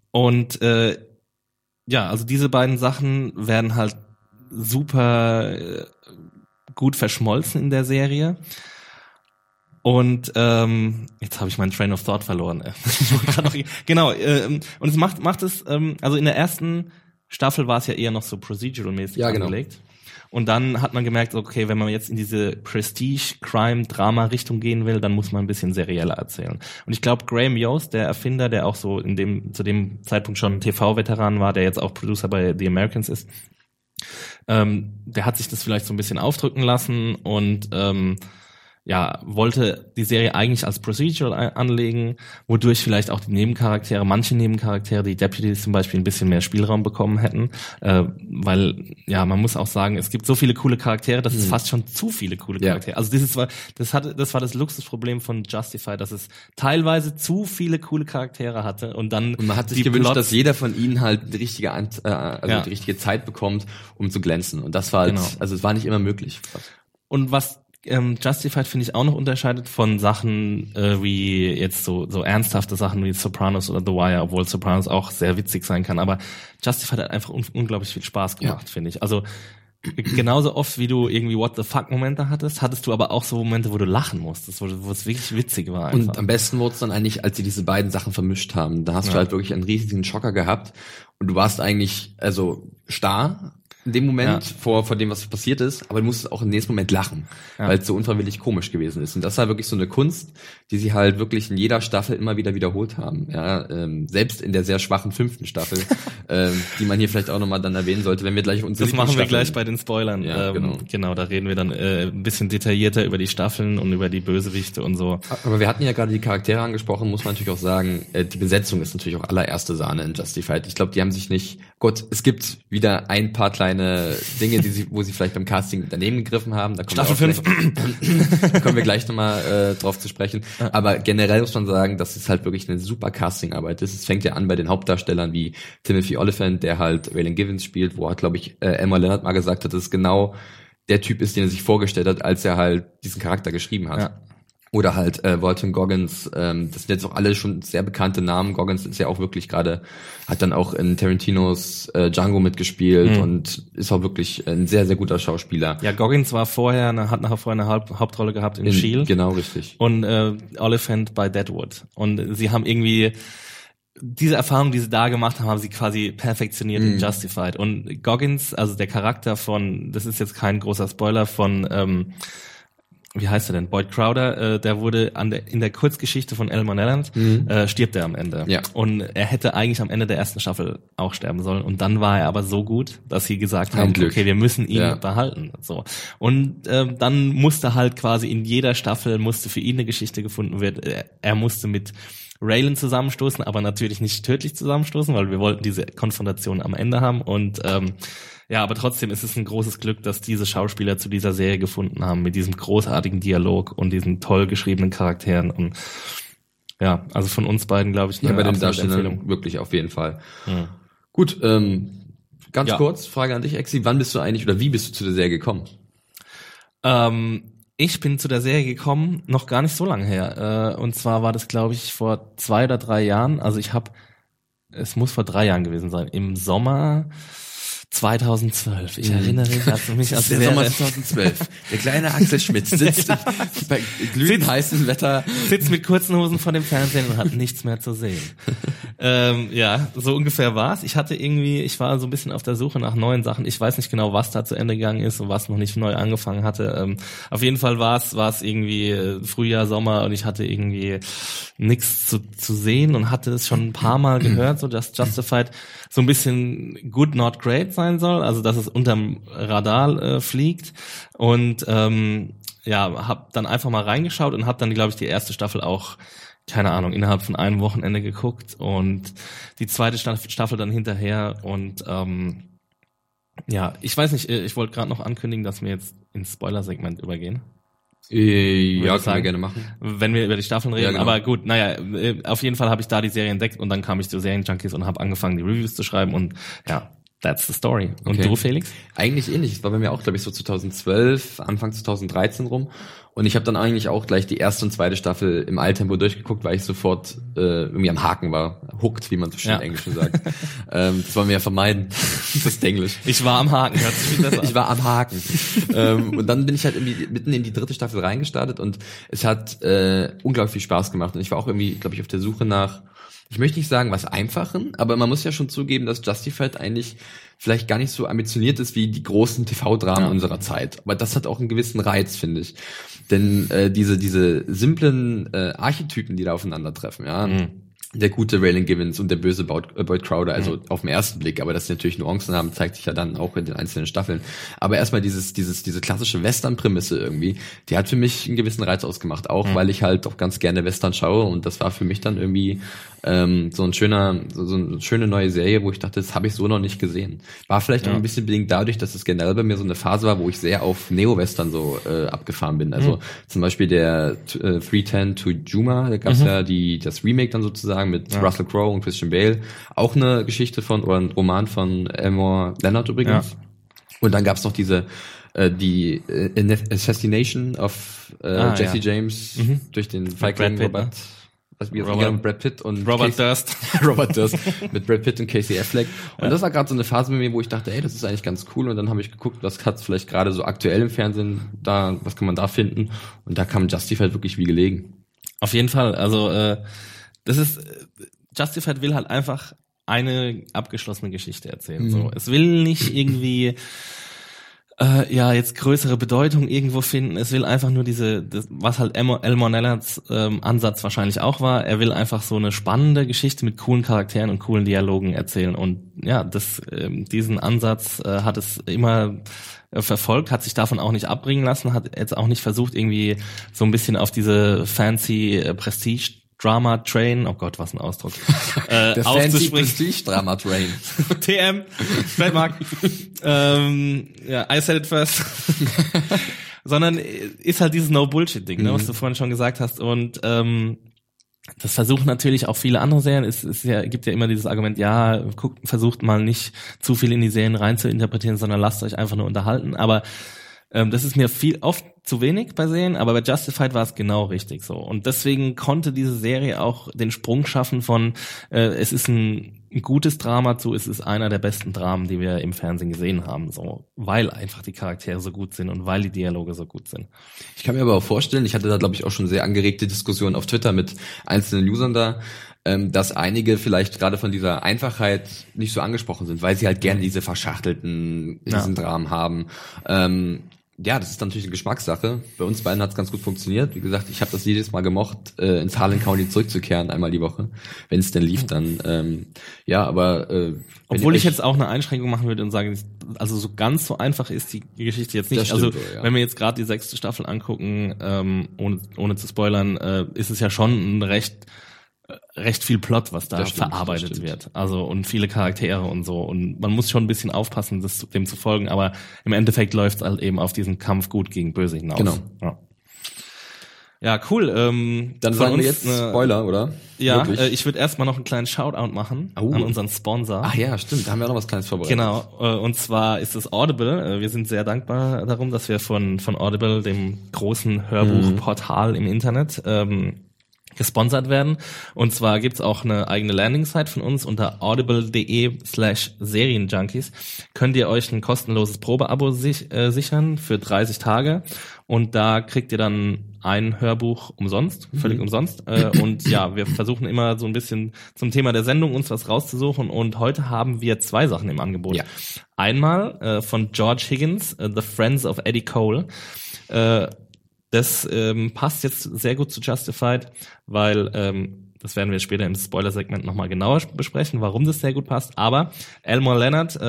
diese beiden Sachen werden halt super gut verschmolzen in der Serie. Und jetzt habe ich meinen Train of Thought verloren. Genau, und es macht es, also in der ersten Staffel war es ja eher noch so procedural-mäßig angelegt. Genau. Und dann hat man gemerkt, okay, wenn man jetzt in diese Prestige-Crime-Drama-Richtung gehen will, dann muss man ein bisschen serieller erzählen. Und ich glaube, Graham Yost, der Erfinder, der auch so zu dem Zeitpunkt schon TV-Veteran war, der jetzt auch Producer bei The Americans ist, der hat sich das vielleicht so ein bisschen aufdrücken lassen und wollte die Serie eigentlich als Procedural anlegen, wodurch vielleicht auch manche Nebencharaktere, die Deputies zum Beispiel, ein bisschen mehr Spielraum bekommen hätten, weil, man muss auch sagen, es gibt so viele coole Charaktere, das ist fast schon zu viele coole Charaktere. Also das war das Luxusproblem von Justified, dass es teilweise zu viele coole Charaktere hatte und man hat sich gewünscht, dass jeder von ihnen halt die richtige Zeit bekommt, um zu glänzen. Und das war halt, also es war nicht immer möglich. Und was Justified, finde ich, auch noch unterscheidet von Sachen wie jetzt so ernsthafte Sachen wie Sopranos oder The Wire, obwohl Sopranos auch sehr witzig sein kann, aber Justified hat einfach unglaublich viel Spaß gemacht, finde ich. Also genauso oft, wie du irgendwie What-the-fuck-Momente hattest du aber auch so Momente, wo du lachen musstest, wo es wirklich witzig war. Einfach. Und am besten wurde es dann eigentlich, als sie diese beiden Sachen vermischt haben. Da hast du halt wirklich einen riesigen Schocker gehabt und du warst eigentlich starr in dem Moment vor dem, was passiert ist, aber du musstest auch im nächsten Moment lachen, weil es so unfreiwillig komisch gewesen ist. Und das war wirklich so eine Kunst, die sie halt wirklich in jeder Staffel immer wieder wiederholt haben. Ja, selbst in der sehr schwachen 5. Staffel, die man hier vielleicht auch nochmal dann erwähnen sollte, wenn wir gleich uns das machen wir gleich bei den Spoilern. Ja, genau, da reden wir dann ein bisschen detaillierter über die Staffeln und über die Bösewichte und so. Aber wir hatten ja gerade die Charaktere angesprochen, muss man natürlich auch sagen, die Besetzung ist natürlich auch allererste Sahne in Justified. Ich glaube, die haben sich nicht, Gott, es gibt wieder ein paar kleine Dinge, wo sie vielleicht beim Casting daneben gegriffen haben. Da Staffel 5. Kommen wir gleich nochmal drauf zu sprechen. Aber generell muss man sagen, dass es halt wirklich eine super Castingarbeit ist. Es fängt ja an bei den Hauptdarstellern wie Timothy Olyphant, der halt Raylan Givens spielt, wo er, glaube ich, Elmore Leonard mal gesagt hat, dass es genau der Typ ist, den er sich vorgestellt hat, als er halt diesen Charakter geschrieben hat. Ja. Oder halt Walton Goggins, das sind jetzt auch alle schon sehr bekannte Namen. Goggins ist ja auch wirklich gerade, hat dann auch in Tarantinos Django mitgespielt und ist auch wirklich ein sehr, sehr guter Schauspieler. Ja, Goggins war hat nachher vorher eine Hauptrolle gehabt in S.H.I.E.L.D. Genau, richtig. Und Olyphant bei Deadwood. Und sie haben irgendwie diese Erfahrung, die sie da gemacht haben sie quasi perfektioniert in Justified. Und Goggins, also der Charakter von, das ist jetzt kein großer Spoiler, von wie heißt er denn? Boyd Crowder, der wurde in der Kurzgeschichte von Elmore Leonard, stirbt er am Ende. Ja. Und er hätte eigentlich am Ende der ersten Staffel auch sterben sollen. Und dann war er aber so gut, dass sie gesagt haben, okay, wir müssen ihn behalten. So. Und dann musste halt quasi in jeder Staffel musste für ihn eine Geschichte gefunden werden. Er musste mit Raylan zusammenstoßen, aber natürlich nicht tödlich zusammenstoßen, weil wir wollten diese Konfrontation am Ende haben. Und ja, aber trotzdem ist es ein großes Glück, dass diese Schauspieler zu dieser Serie gefunden haben, mit diesem großartigen Dialog und diesen toll geschriebenen Charakteren. Und ja, also von uns beiden, glaube ich, eine bei den Darstellern wirklich auf jeden Fall. Gut, ganz kurz, Frage an dich, Exi, wann bist du eigentlich oder wie bist du zu der Serie gekommen? Ich bin zu der Serie gekommen, noch gar nicht so lange her. Und zwar war das, glaube ich, vor 2 oder 3 Jahren. Also es muss vor 3 Jahren gewesen sein. Im Sommer 2012. Ich erinnere mich als der Sommer 2012. Der kleine Axel Schmidt sitzt bei glühend heißem Wetter. Sitzt mit kurzen Hosen vor dem Fernsehen und hat nichts mehr zu sehen. Ja, so ungefähr war's. Ich war so ein bisschen auf der Suche nach neuen Sachen. Ich weiß nicht genau, was da zu Ende gegangen ist und was noch nicht neu angefangen hatte. Auf jeden Fall war's irgendwie Frühjahr, Sommer und ich hatte irgendwie nichts zu sehen und hatte es schon ein paar Mal gehört, so dass Justified so ein bisschen good, not great sein soll, also dass es unterm Radar fliegt und hab dann einfach mal reingeschaut und hab dann, glaube ich, die erste Staffel auch, keine Ahnung, innerhalb von einem Wochenende geguckt und die zweite Staffel dann hinterher und ich weiß nicht, ich wollte gerade noch ankündigen, dass wir jetzt ins Spoiler-Segment übergehen. Ja, können wir gerne machen. Wenn wir über die Staffeln reden, ja, genau. Aber gut, auf jeden Fall habe ich da die Serie entdeckt und dann kam ich zu Serienjunkies und habe angefangen, die Reviews zu schreiben und ja, that's the story. Und okay. Du, Felix? Eigentlich ähnlich. Es war bei mir auch, glaube ich, so 2012, Anfang 2013 rum. Und ich habe dann eigentlich auch gleich die erste und zweite Staffel im Eiltempo durchgeguckt, weil ich sofort irgendwie am Haken war. Hooked, wie man so schön im Englischen sagt. Das wollen wir ja vermeiden. Das ist Englisch. Ich war am Haken. Hört sich besser an. Ich war am Haken. Und dann bin ich halt irgendwie mitten in die dritte Staffel reingestartet und es hat unglaublich viel Spaß gemacht. Und ich war auch irgendwie, glaube ich, auf der Suche nach, ich möchte nicht sagen, was Einfachen, aber man muss ja schon zugeben, dass Justified eigentlich vielleicht gar nicht so ambitioniert ist wie die großen TV-Dramen unserer Zeit. Aber das hat auch einen gewissen Reiz, finde ich. Denn diese simplen Archetypen, die da aufeinandertreffen, der gute Raylan Givens und der böse Boyd Crowder, also auf den ersten Blick, aber dass sie natürlich Nuancen haben, zeigt sich ja dann auch in den einzelnen Staffeln. Aber erstmal diese klassische Western-Prämisse irgendwie, die hat für mich einen gewissen Reiz ausgemacht, auch weil ich halt auch ganz gerne Western schaue und das war für mich dann irgendwie so eine schöne neue Serie, wo ich dachte, das habe ich so noch nicht gesehen. War vielleicht auch ein bisschen bedingt dadurch, dass es generell bei mir so eine Phase war, wo ich sehr auf Neo-Western so abgefahren bin. Also zum Beispiel der 310 to Yuma, da gab's ja das Remake dann sozusagen mit Russell Crowe und Christian Bale. Auch eine Geschichte oder ein Roman von Elmore Leonard übrigens. Ja. Und dann gab's noch die Assassination of Jesse James durch den Feigling Robert. Brad Pitt und Robert Durst. Robert Durst mit Brad Pitt und Casey Affleck. Und das war gerade so eine Phase bei mir, wo ich dachte, ey, das ist eigentlich ganz cool. Und dann habe ich geguckt, was hat's vielleicht gerade so aktuell im Fernsehen da, was kann man da finden? Und da kam Justified wirklich wie gelegen. Auf jeden Fall. Also Justified will halt einfach eine abgeschlossene Geschichte erzählen. So, es will nicht irgendwie jetzt größere Bedeutung irgendwo finden. Es will einfach nur was halt Elmore Leonards Ansatz wahrscheinlich auch war. Er will einfach so eine spannende Geschichte mit coolen Charakteren und coolen Dialogen erzählen. Und ja, diesen Ansatz hat es immer verfolgt, hat sich davon auch nicht abbringen lassen, hat jetzt auch nicht versucht, irgendwie so ein bisschen auf diese fancy Prestige-Drama-Train, oh Gott, was ein Ausdruck, der fancy Prestige-Drama-Train. TM, Trademark. I said it first. Sondern ist halt dieses No-Bullshit-Ding, ne, was du vorhin schon gesagt hast. Und das versuchen natürlich auch viele andere Serien. Es gibt ja immer dieses Argument, ja, versucht mal nicht zu viel in die Serien rein zu interpretieren, sondern lasst euch einfach nur unterhalten. Aber das ist mir oft zu wenig bei Serien, aber bei Justified war es genau richtig so. Und deswegen konnte diese Serie auch den Sprung schaffen von es ist ein gutes Drama zu, es ist einer der besten Dramen, die wir im Fernsehen gesehen haben, so, weil einfach die Charaktere so gut sind und weil die Dialoge so gut sind. Ich kann mir aber auch vorstellen, ich hatte da glaube ich auch schon sehr angeregte Diskussionen auf Twitter mit einzelnen Usern da, dass einige vielleicht gerade von dieser Einfachheit nicht so angesprochen sind, weil sie halt gerne diese verschachtelten Dramen haben. Ja, das ist natürlich eine Geschmackssache. Bei uns beiden hat es ganz gut funktioniert. Wie gesagt, ich habe das jedes Mal gemocht, ins Harlan County zurückzukehren, einmal die Woche. Wenn es denn lief, dann aber obwohl ich jetzt auch eine Einschränkung machen würde und sage, also so ganz so einfach ist die Geschichte jetzt nicht. Stimmt, also wenn wir jetzt gerade die 6. Staffel angucken, ohne zu spoilern, ist es ja schon ein recht viel Plot, was da verarbeitet wird. Also und viele Charaktere und so. Und man muss schon ein bisschen aufpassen, dem zu folgen, aber im Endeffekt läuft es halt eben auf diesen Kampf gut gegen böse hinaus. Genau. Ja, cool. Dann sagen wir jetzt Spoiler, oder? Ja, ich würde erstmal noch einen kleinen Shoutout machen an unseren Sponsor. Ach ja, stimmt, da haben wir auch noch was Kleines vorbereitet. Genau, und zwar ist es Audible. Wir sind sehr dankbar darum, dass wir von Audible, dem großen Hörbuchportal im Internet, gesponsert werden. Und zwar gibt's auch eine eigene Landingsite von uns unter audible.de/Serienjunkies. Könnt ihr euch ein kostenloses Probeabo sichern für 30 Tage. Und da kriegt ihr dann ein Hörbuch umsonst, völlig umsonst. Und ja, wir versuchen immer so ein bisschen zum Thema der Sendung uns was rauszusuchen. Und heute haben wir 2 Sachen im Angebot. Ja. Einmal von George Higgins, The Friends of Eddie Cole. Das passt jetzt sehr gut zu Justified, weil das werden wir später im Spoiler-Segment nochmal genauer besprechen, warum das sehr gut passt. Aber Elmore Leonard,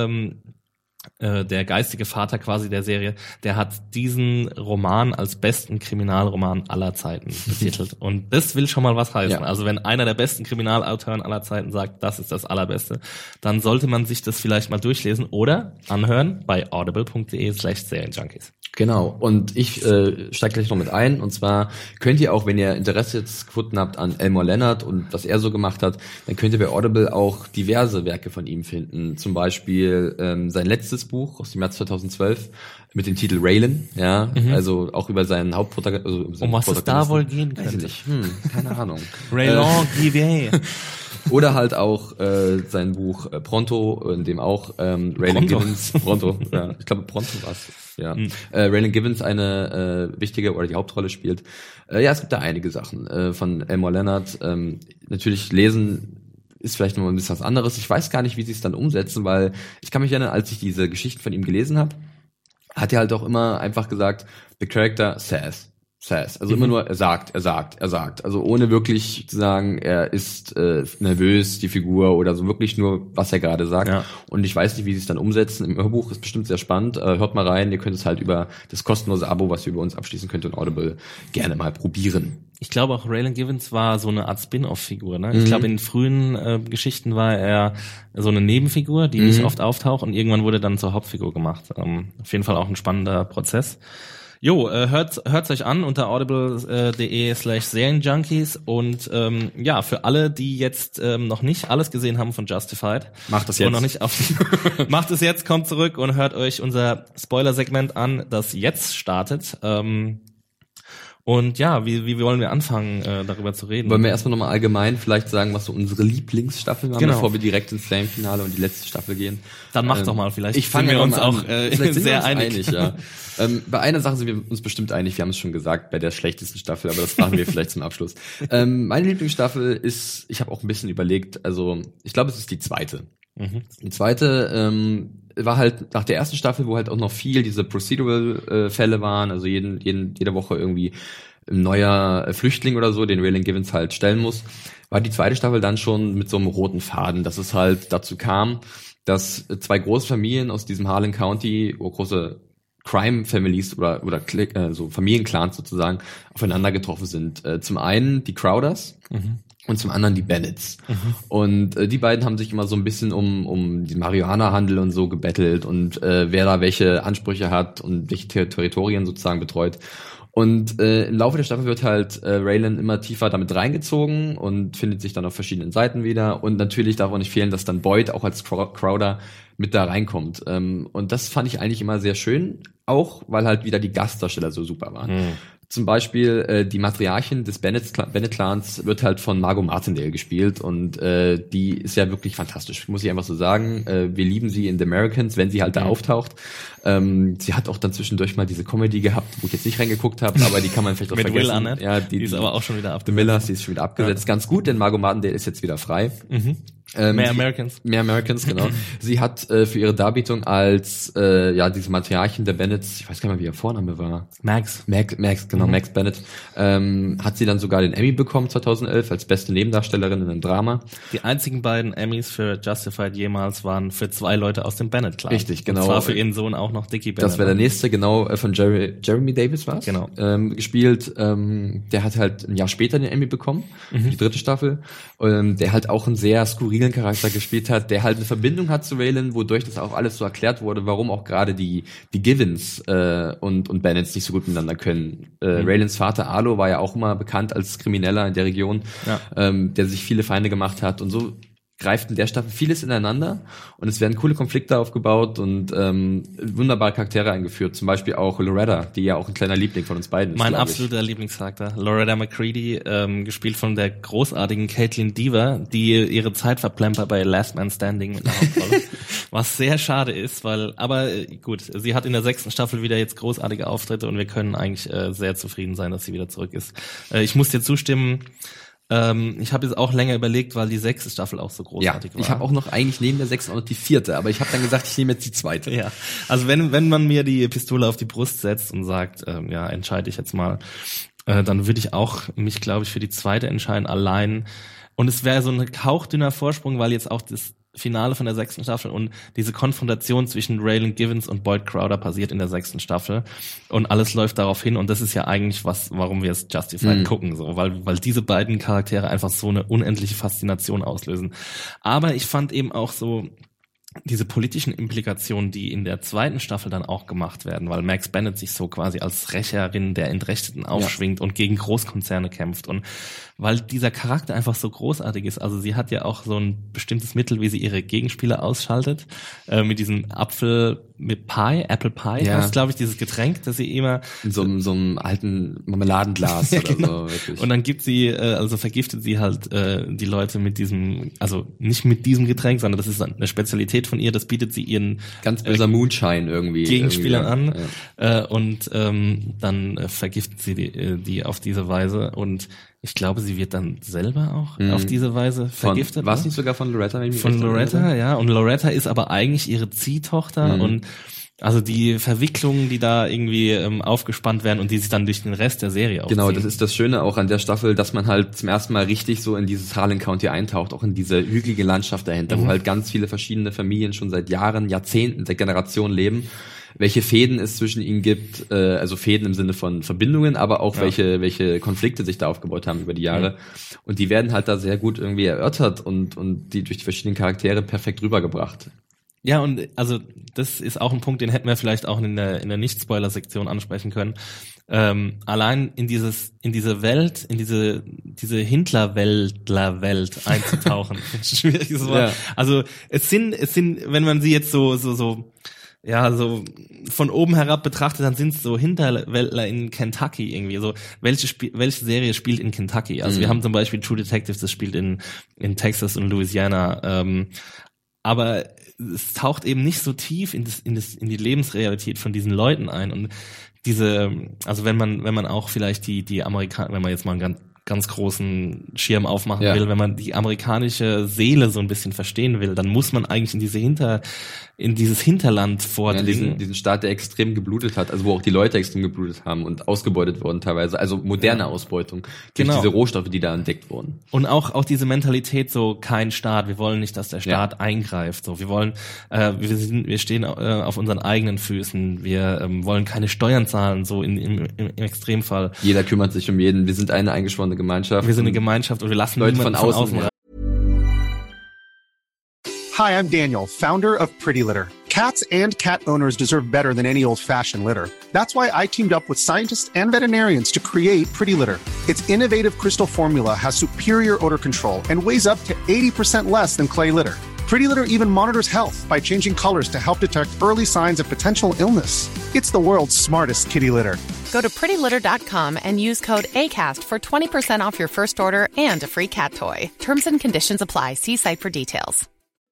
der geistige Vater quasi der Serie, der hat diesen Roman als besten Kriminalroman aller Zeiten betitelt. Und das will schon mal was heißen. Ja. Also wenn einer der besten Kriminalautoren aller Zeiten sagt, das ist das Allerbeste, dann sollte man sich das vielleicht mal durchlesen oder anhören bei audible.de/Serienjunkies. Genau, und ich steige gleich noch mit ein, und zwar könnt ihr auch, wenn ihr Interesse jetzt gefunden habt an Elmore Leonard und was er so gemacht hat, dann könnt ihr bei Audible auch diverse Werke von ihm finden, zum Beispiel sein letztes Buch aus dem Jahr 2012 mit dem Titel Raylan, also auch über seinen Hauptprotagonisten. Um was es da wohl gehen könnte? Keine Ahnung. Raylan Givet. Oder halt auch sein Buch Pronto, in dem auch Raylan Givens, Pronto, ja, ich glaube Pronto war's. Ja. Raylan Givens eine wichtige oder die Hauptrolle spielt. Ja, es gibt da einige Sachen von Elmore Leonard. Natürlich lesen ist vielleicht noch ein bisschen was anderes. Ich weiß gar nicht, wie sie es dann umsetzen, weil ich kann mich erinnern, als ich diese Geschichten von ihm gelesen habe, hat er halt auch immer einfach gesagt, the character says. Also immer nur, er sagt. Also ohne wirklich zu sagen, er ist nervös, die Figur, oder so, wirklich nur, was er gerade sagt. Ja. Und ich weiß nicht, wie sie es dann umsetzen. Im Hörbuch ist bestimmt sehr spannend. Hört mal rein, ihr könnt es halt über das kostenlose Abo, was ihr über uns abschließen könnt in Audible, gerne mal probieren. Ich glaube auch, Raylan Givens war so eine Art Spin-off-Figur. Ne? Ich glaube, in frühen Geschichten war er so eine Nebenfigur, die nicht oft auftaucht, und irgendwann wurde dann zur Hauptfigur gemacht. Auf jeden Fall auch ein spannender Prozess. Jo, hört's euch an unter audible.de/Serienjunkies, und für alle, die jetzt noch nicht alles gesehen haben von Justified, macht das jetzt. Und noch nicht macht es jetzt, kommt zurück und hört euch unser Spoiler-Segment an, das jetzt startet. Und ja, wie wollen wir anfangen, darüber zu reden? Wollen wir erstmal nochmal allgemein vielleicht sagen, was so unsere Lieblingsstaffeln waren, bevor wir direkt ins Slam-Finale und die letzte Staffel gehen? Dann mach doch mal, vielleicht sind wir uns auch sehr einig. Ja. Bei einer Sache sind wir uns bestimmt einig, wir haben es schon gesagt, bei der schlechtesten Staffel, aber das machen wir vielleicht zum Abschluss. Meine Lieblingsstaffel ist, ich habe auch ein bisschen überlegt, also ich glaube, es ist die zweite. Die zweite, war halt nach der ersten Staffel, wo halt auch noch viel diese Procedural-Fälle waren, also jede Woche irgendwie ein neuer Flüchtling oder so, den Raylan Givens halt stellen muss, war die zweite Staffel dann schon mit so einem roten Faden, dass es halt dazu kam, dass zwei große Familien aus diesem Harlan County, wo große Crime-Families oder so Familienclans sozusagen aufeinander getroffen sind. Zum einen die Crowders und zum anderen die Bennetts. Und die beiden haben sich immer so ein bisschen um den Marihuana-Handel und so gebettelt und wer da welche Ansprüche hat und welche Territorien sozusagen betreut. Und im Laufe der Staffel wird halt Raylan immer tiefer damit reingezogen und findet sich dann auf verschiedenen Seiten wieder. Und natürlich darf auch nicht fehlen, dass dann Boyd auch als Crowder mit da reinkommt. Und das fand ich eigentlich immer sehr schön, auch weil halt wieder die Gastdarsteller so super waren. Zum Beispiel die Matriarchin des Bennett-Clans wird halt von Margot Martindale gespielt und die ist ja wirklich fantastisch, muss ich einfach so sagen. Wir lieben sie in The Americans, wenn sie halt da auftaucht. Sie hat auch dann zwischendurch mal diese Comedy gehabt, wo ich jetzt nicht reingeguckt habe, aber die kann man vielleicht auch mit vergessen. Will Arnett. Ja, die ist aber auch schon wieder abgesetzt. The Millers, die ist schon wieder abgesetzt. Ganz gut, denn Margot Martindale ist jetzt wieder frei. Mehr Americans, genau. Sie hat für ihre Darbietung als diese Matriarchin der Bennetts, ich weiß gar nicht mehr, wie ihr Vorname war. Max, genau, Max Bennett, hat sie dann sogar den Emmy bekommen 2011 als beste Nebendarstellerin in einem Drama. Die einzigen beiden Emmys für Justified jemals waren für zwei Leute aus dem Bennett-Clan. Richtig, genau. Und zwar für ihren Sohn auch noch Dickie Bennett. Das wäre der nächste, genau, von Jeremy Davis war's. Genau. Gespielt. Der hat halt ein Jahr später den Emmy bekommen, für die dritte Staffel. Der halt auch einen sehr skurrilen Charakter gespielt hat, der halt eine Verbindung hat zu Raylan, wodurch das auch alles so erklärt wurde, warum auch gerade die Givens und Bennetts nicht so gut miteinander können. Raylans Vater Arlo war ja auch immer bekannt als Krimineller in der Region, der sich viele Feinde gemacht hat und so greift in der Staffel vieles ineinander und es werden coole Konflikte aufgebaut und wunderbare Charaktere eingeführt. Zum Beispiel auch Loretta, die ja auch ein kleiner Liebling von uns beiden ist. Mein absoluter Lieblingscharakter. Loretta McCready, gespielt von der großartigen Caitlin Dever, die ihre Zeit verplempert bei Last Man Standing mit einer Hauptrolle. Was sehr schade ist, aber gut, sie hat in der 6. Staffel wieder jetzt großartige Auftritte und wir können eigentlich sehr zufrieden sein, dass sie wieder zurück ist. Ich muss dir zustimmen, ich habe jetzt auch länger überlegt, weil die 6. Staffel auch so großartig war. Ich habe auch noch eigentlich neben der 6. auch noch die 4., aber ich habe dann gesagt, ich nehme jetzt die 2. Ja, also wenn man mir die Pistole auf die Brust setzt und sagt, entscheide ich jetzt mal, dann würde ich auch mich, glaube ich, für die 2. entscheiden, allein. Und es wäre so ein hauchdünner Vorsprung, weil jetzt auch das Finale von der 6. Staffel und diese Konfrontation zwischen Raylan Givens und Boyd Crowder passiert in der 6. Staffel und alles läuft darauf hin und das ist ja eigentlich warum wir es Justified gucken, so, weil diese beiden Charaktere einfach so eine unendliche Faszination auslösen. Aber ich fand eben auch so diese politischen Implikationen, die in der 2. Staffel dann auch gemacht werden, weil Max Bennett sich so quasi als Rächerin der Entrechteten aufschwingt und gegen Großkonzerne kämpft und weil dieser Charakter einfach so großartig ist. Also sie hat ja auch so ein bestimmtes Mittel, wie sie ihre Gegenspieler ausschaltet, mit diesem Apple Pie, das ist, glaube ich, dieses Getränk, das sie immer in so einem alten Marmeladenglas oder so. Wirklich. Und dann vergiftet sie halt die Leute mit diesem, also nicht mit diesem Getränk, sondern das ist eine Spezialität von ihr, das bietet sie ihren ganz böser Moonshine irgendwie Gegenspielern an und dann vergiftet sie die auf diese Weise und ich glaube, sie wird dann selber auch auf diese Weise vergiftet. War es nicht sogar von Loretta? Von Loretta, ja. Und Loretta ist aber eigentlich ihre Ziehtochter und also die Verwicklungen, die da irgendwie aufgespannt werden und die sich dann durch den Rest der Serie aufziehen. Genau, das ist das Schöne auch an der Staffel, dass man halt zum ersten Mal richtig so in dieses Harlan County eintaucht, auch in diese hügelige Landschaft dahinter, wo halt ganz viele verschiedene Familien schon seit Jahren, Jahrzehnten, seit Generationen leben. Welche Fäden es zwischen ihnen gibt, also Fäden im Sinne von Verbindungen, aber auch welche Konflikte sich da aufgebaut haben über die Jahre. Und die werden halt da sehr gut irgendwie erörtert und die durch die verschiedenen Charaktere perfekt rübergebracht. Ja, und also das ist auch ein Punkt, den hätten wir vielleicht auch in der Nicht-Spoiler-Sektion ansprechen können. Allein in diese Welt, in diese Hintlerwelt einzutauchen. Schwieriges Wort. Ja. Also es sind, wenn man sie jetzt so von oben herab betrachtet, dann sind es so Hinterwäldler in Kentucky irgendwie. So welche Serie spielt in Kentucky? Also wir haben zum Beispiel True Detective, das spielt in Texas und Louisiana. Aber es taucht eben nicht so tief in die Lebensrealität von diesen Leuten ein. Und also wenn man auch vielleicht die Amerikaner, wenn man jetzt mal ein ganz großen Schirm aufmachen will, wenn man die amerikanische Seele so ein bisschen verstehen will, dann muss man eigentlich in dieses Hinterland vordringen. Diesen Staat, der extrem geblutet hat, also wo auch die Leute extrem geblutet haben und ausgebeutet wurden teilweise, also moderne Ausbeutung durch diese Rohstoffe, die da entdeckt wurden. Und auch diese Mentalität, so kein Staat, wir wollen nicht, dass der Staat eingreift, so wir wollen, wir stehen auf unseren eigenen Füßen, wir wollen keine Steuern zahlen, so im Extremfall. Jeder kümmert sich um jeden, wir sind eine eingeschworene Gemeinschaft. Wir sind eine Gemeinschaft und wir lassen Leute von außen rein. Hi, I'm Daniel, founder of Pretty Litter. Cats and cat owners deserve better than any old-fashioned litter. That's why I teamed up with scientists and veterinarians to create Pretty Litter. Its innovative crystal formula has superior odor control and weighs up to 80% less than clay litter. Pretty Litter even monitors health by changing colors to help detect early signs of potential illness. It's the world's smartest kitty litter. Go to prettylitter.com and use code ACAST for 20% off your first order and a free cat toy. Terms and conditions apply. See site for details.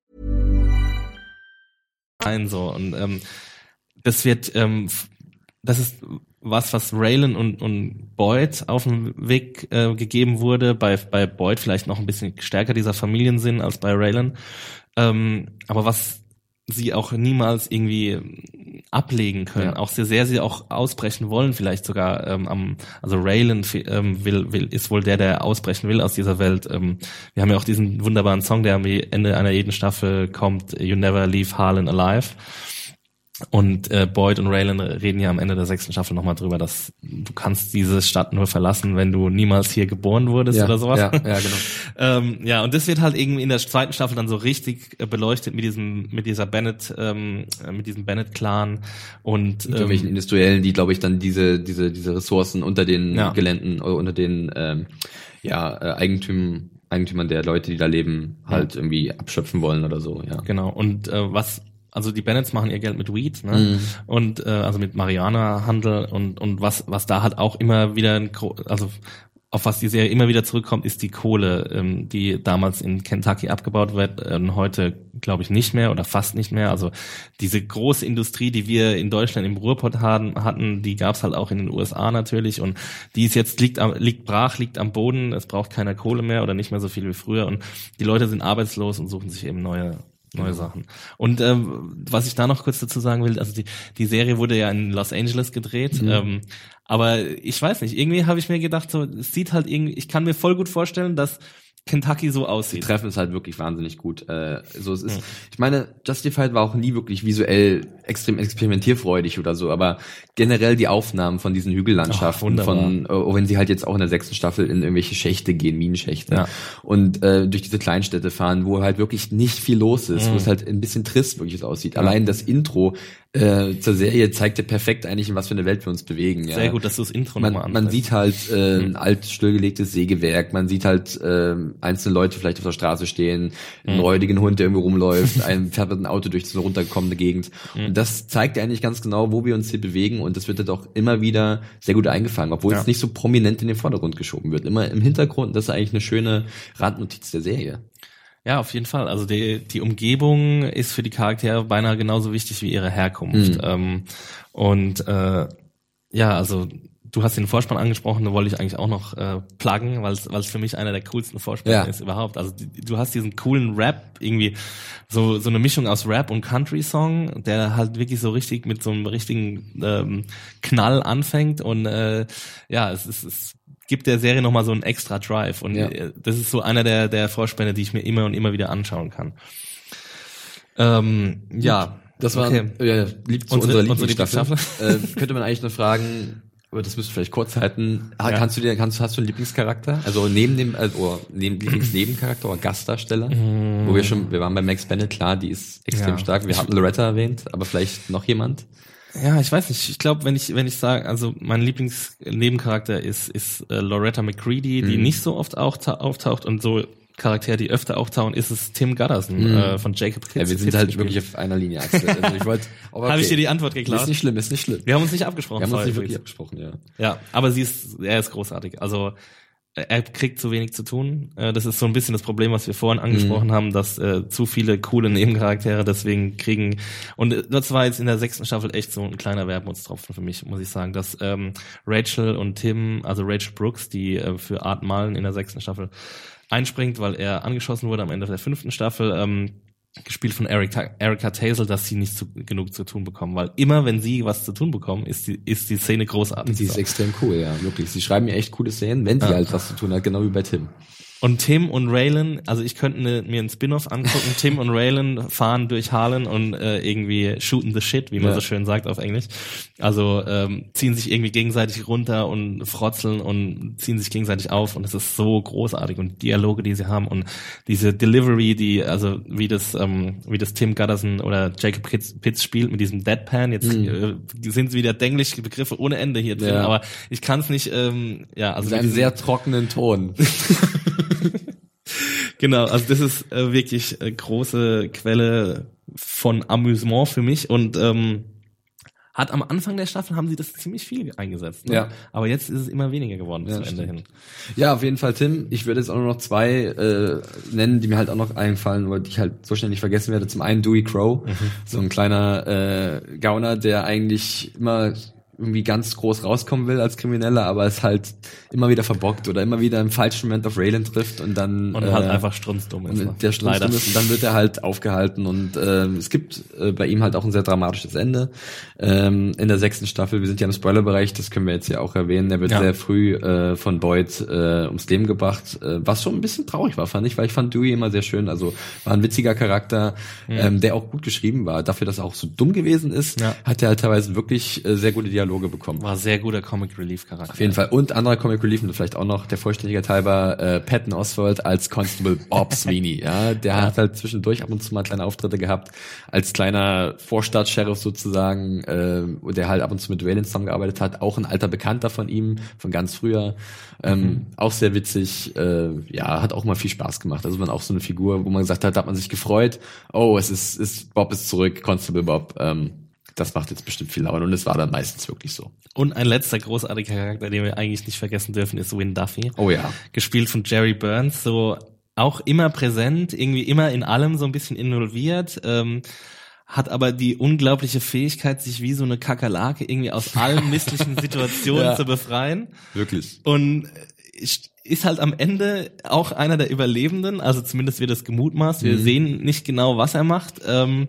Und das ist was Raylan und Boyd auf den Weg gegeben wurde. Bei Boyd vielleicht noch ein bisschen stärker dieser Familiensinn als bei Raylan. Aber was sie auch niemals irgendwie ablegen können, auch sehr sie auch ausbrechen wollen, vielleicht sogar also Raylan ist wohl der ausbrechen will aus dieser Welt. Wir haben ja auch diesen wunderbaren Song, der am Ende einer jeden Staffel kommt, You Never Leave Harlan Alive. Und Boyd und Raylan reden ja am Ende der 6. Staffel nochmal drüber, dass du kannst diese Stadt nur verlassen, wenn du niemals hier geboren wurdest oder sowas. Ja, genau. Und das wird halt irgendwie in der 2. Staffel dann so richtig beleuchtet mit diesem Bennett-Clan und irgendwelchen Industriellen, die, glaube ich, dann diese Ressourcen unter den Geländen oder unter den Eigentümern der Leute, die da leben, halt irgendwie abschöpfen wollen oder so. Ja. Genau. Und also die Bennetts machen ihr Geld mit Weed, ne? Und also mit Marihuana-Handel und was da halt auch immer wieder auf was die Serie immer wieder zurückkommt, ist die Kohle, die damals in Kentucky abgebaut wird, heute glaube ich nicht mehr oder fast nicht mehr. Also diese große Industrie, die wir in Deutschland im Ruhrpott hatten, die gab's halt auch in den USA natürlich und die ist jetzt liegt am Boden, es braucht keiner Kohle mehr oder nicht mehr so viel wie früher und die Leute sind arbeitslos und suchen sich eben neue Sachen. Und was ich da noch kurz dazu sagen will, also die Serie wurde ja in Los Angeles gedreht, aber ich weiß nicht, irgendwie habe ich mir gedacht, so es sieht halt irgendwie, ich kann mir voll gut vorstellen, dass Kentucky so aussieht. Die treffen es halt wirklich wahnsinnig gut. Ich meine, Justified war auch nie wirklich visuell extrem experimentierfreudig oder so, aber generell die Aufnahmen von diesen Hügellandschaften, wenn sie halt jetzt auch in der 6. Staffel in irgendwelche Schächte gehen, Minenschächte, und durch diese Kleinstädte fahren, wo halt wirklich nicht viel los ist, wo es halt ein bisschen trist wirklich aussieht. Allein das Intro zur Serie zeigt ja perfekt eigentlich, in was für eine Welt wir uns bewegen. Ja. Sehr gut, dass du das Intro nochmal ansprichst. Man sieht halt ein alt stillgelegtes Sägewerk, man sieht halt einzelne Leute vielleicht auf der Straße stehen, einen räudigen Hund, der irgendwie rumläuft, fährt mit einem Auto durch so eine runterkommende Gegend. Und das zeigt ja eigentlich ganz genau, wo wir uns hier bewegen und das wird halt auch immer wieder sehr gut eingefangen, obwohl es nicht so prominent in den Vordergrund geschoben wird. Immer im Hintergrund, das ist eigentlich eine schöne Randnotiz der Serie. Ja, auf jeden Fall. Also die Umgebung ist für die Charaktere beinahe genauso wichtig wie ihre Herkunft. Also du hast den Vorspann angesprochen, da wollte ich eigentlich auch noch pluggen, weil es für mich einer der coolsten Vorspänne ist überhaupt. Also du hast diesen coolen Rap, irgendwie so eine Mischung aus Rap und Country-Song, der halt wirklich so richtig mit so einem richtigen Knall anfängt und es gibt der Serie nochmal so einen extra Drive und das ist so einer der Vorspänne, die ich mir immer und immer wieder anschauen kann. Das war lieb zu unserer Lieblingsstaffel. Könnte man eigentlich noch fragen, aber das müsst du vielleicht kurz halten. Hast du einen Lieblingscharakter? Also neben Lieblingsnebencharakter oder Gastdarsteller? Wir waren bei Max Bennett, klar, die ist extrem stark. Wir hatten Loretta erwähnt, aber vielleicht noch jemand? Ja, ich weiß nicht. Ich glaube, wenn ich sage, also mein Lieblingsnebencharakter ist Loretta McCready, die nicht so oft auftaucht und so Charaktere, die öfter auftauchen, ist es Tim Gutterson von Jacob Kids. Ja, wir sind halt wirklich auf einer Linie, Axel. Also Habe ich dir die Antwort geklaut? Ist nicht schlimm. Wir haben uns nicht abgesprochen. Wir haben uns nicht wirklich abgesprochen, Ja, aber er ist großartig. Also er kriegt zu wenig zu tun. Das ist so ein bisschen das Problem, was wir vorhin angesprochen haben, dass zu viele coole Nebencharaktere deswegen kriegen. Und das war jetzt in der 6. Staffel echt so ein kleiner Wermutstropfen für mich, muss ich sagen, dass Rachel und Tim, also Rachel Brooks, die für Art Mullen in der 6. Staffel einspringt, weil er angeschossen wurde am Ende der 5. Staffel, gespielt von Erica Tazel, dass sie nicht genug zu tun bekommen, weil immer, wenn sie was zu tun bekommen, ist die Szene großartig. Sie ist extrem cool, ja, wirklich. Sie schreiben mir echt coole Szenen, wenn sie halt was zu tun hat, genau wie bei Tim. Und Tim und Raylan, also ich könnte mir einen Spin-off angucken, Tim und Raylan fahren durch Harlan und irgendwie shooten the shit, wie man so schön sagt auf Englisch. Also ziehen sich irgendwie gegenseitig runter und frotzeln und ziehen sich gegenseitig auf und es ist so großartig und Dialoge, die sie haben und diese Delivery, wie das Tim Gutterson oder Jacob Pitts spielt mit diesem Deadpan, jetzt sind wieder dängliche Begriffe ohne Ende hier drin, aber ich kann es nicht, also mit einem sehr trockenen Ton. Genau, also das ist wirklich große Quelle von Amüsement für mich und hat am Anfang der Staffel haben sie das ziemlich viel eingesetzt. Ne? Ja. Aber jetzt ist es immer weniger geworden zum Ende hin. Ja, auf jeden Fall, Tim. Ich würde jetzt auch nur noch 2 nennen, die mir halt auch noch einfallen, weil ich halt so schnell nicht vergessen werde. Zum einen Dewey Crow, so ein kleiner Gauner, der eigentlich immer irgendwie ganz groß rauskommen will als Krimineller, aber es halt immer wieder verbockt oder immer wieder im falschen Moment auf Raylan trifft und dann halt einfach strunzdumm ist. Der strunzdumm ist und dann wird er halt aufgehalten und es gibt bei ihm halt auch ein sehr dramatisches Ende in der 6. Staffel. Wir sind ja im Spoilerbereich, das können wir jetzt ja auch erwähnen. Er wird sehr früh von Boyd ums Leben gebracht, was schon ein bisschen traurig war, fand ich, weil ich fand Dewey immer sehr schön, also war ein witziger Charakter, der auch gut geschrieben war. Dafür, dass er auch so dumm gewesen ist, hat er halt teilweise wirklich sehr gute Dialoge bekommen. War sehr guter Comic Relief Charakter. Auf jeden Fall. Und anderer Comic Relief, und vielleicht auch noch der Vollständigkeit halber, Patton Oswalt als Constable Bob Sweeney. Ja, der hat halt zwischendurch ab und zu mal kleine Auftritte gehabt, als kleiner Vorstadt-Sheriff sozusagen, der halt ab und zu mit Raylan zusammengearbeitet hat. Auch ein alter Bekannter von ihm, von ganz früher. Auch sehr witzig. Hat auch mal viel Spaß gemacht. Also man auch so eine Figur, wo man gesagt hat, da hat man sich gefreut. Oh, Bob ist zurück, Constable Bob. Das macht jetzt bestimmt viel Laune und es war dann meistens wirklich so. Und ein letzter großartiger Charakter, den wir eigentlich nicht vergessen dürfen, ist Win Duffy. Oh ja. Gespielt von Jerry Burns, so auch immer präsent, irgendwie immer in allem so ein bisschen involviert, hat aber die unglaubliche Fähigkeit, sich wie so eine Kakerlake irgendwie aus allen misslichen Situationen zu befreien. Wirklich. Und ist halt am Ende auch einer der Überlebenden, also zumindest wird es gemutmaßt, wir sehen nicht genau, was er macht,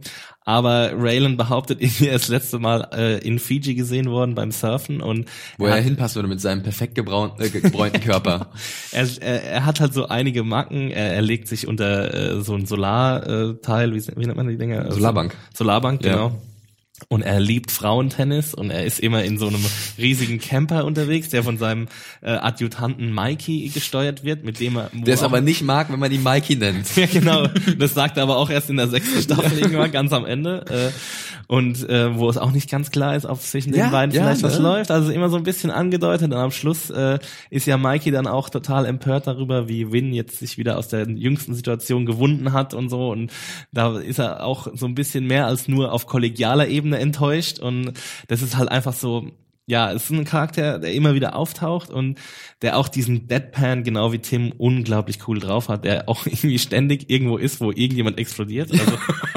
aber Raylan behauptet, er ist das letzte Mal in Fiji gesehen worden beim Surfen und wo er hinpasst würde mit seinem perfekt gebräunten Körper. Er hat halt so einige Macken, er legt sich unter so ein Solarteil, wie nennt man die Dinger? Solarbank, genau. Und er liebt Frauentennis und er ist immer in so einem riesigen Camper unterwegs, der von seinem Adjutanten Mikey gesteuert wird, mit dem er... Der es aber nicht mag, wenn man ihn Mikey nennt. Ja, genau. Das sagt er aber auch erst in der 6. Staffel irgendwann, ganz am Ende. Und wo es auch nicht ganz klar ist, ob zwischen den beiden vielleicht was läuft. Also immer so ein bisschen angedeutet. Und am Schluss ist ja Mikey dann auch total empört darüber, wie Win jetzt sich wieder aus der jüngsten Situation gewunden hat und so. Und da ist er auch so ein bisschen mehr als nur auf kollegialer Ebene enttäuscht. Und das ist halt einfach so... Ja, es ist ein Charakter, der immer wieder auftaucht und der auch diesen Deadpan, genau wie Tim, unglaublich cool drauf hat, der auch irgendwie ständig irgendwo ist, wo irgendjemand explodiert. Also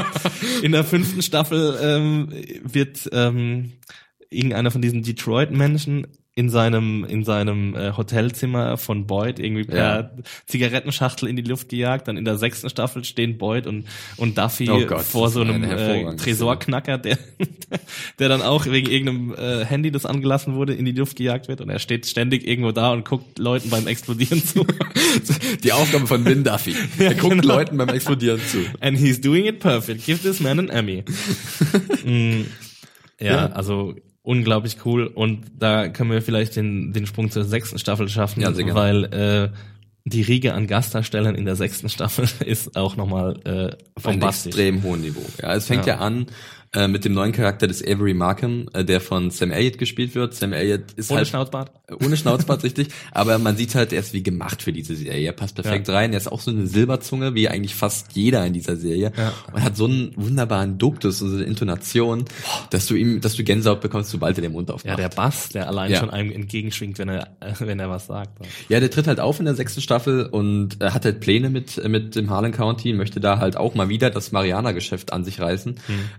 in der 5. Staffel wird irgendeiner von diesen Detroit-Menschen in seinem Hotelzimmer von Boyd irgendwie per Zigarettenschachtel in die Luft gejagt. Dann in der 6. Staffel stehen Boyd und Duffy vor so einem Tresorknacker, der dann auch wegen irgendeinem Handy, das angelassen wurde, in die Luft gejagt wird. Und er steht ständig irgendwo da und guckt Leuten beim Explodieren zu. Die Aufgabe von Win Duffy. Er guckt Leuten beim Explodieren zu. And he's doing it perfect. Give this man an Emmy. Also unglaublich cool und da können wir vielleicht den Sprung zur 6. Staffel schaffen, weil die Riege an Gastdarstellern in der 6. Staffel ist auch nochmal vom extrem hohen Niveau. Ja, es fängt ja an mit dem neuen Charakter des Avery Markham, der von Sam Elliott gespielt wird. Sam Elliott ist ohne Schnauzbart. Ohne Schnauzbart, richtig. Aber man sieht halt, er ist wie gemacht für diese Serie. Er passt perfekt rein. Er ist auch so eine Silberzunge, wie eigentlich fast jeder in dieser Serie. Ja. Und hat so einen wunderbaren Duktus, so eine Intonation, dass du Gänsehaut bekommst, sobald er den Mund aufmacht. Ja, der Bass, der allein schon einem entgegenschwingt, wenn er was sagt. Ja, der tritt halt auf in der 6. Staffel und hat halt Pläne mit dem Harlan County, möchte da halt auch mal wieder das Mariana-Geschäft an sich reißen.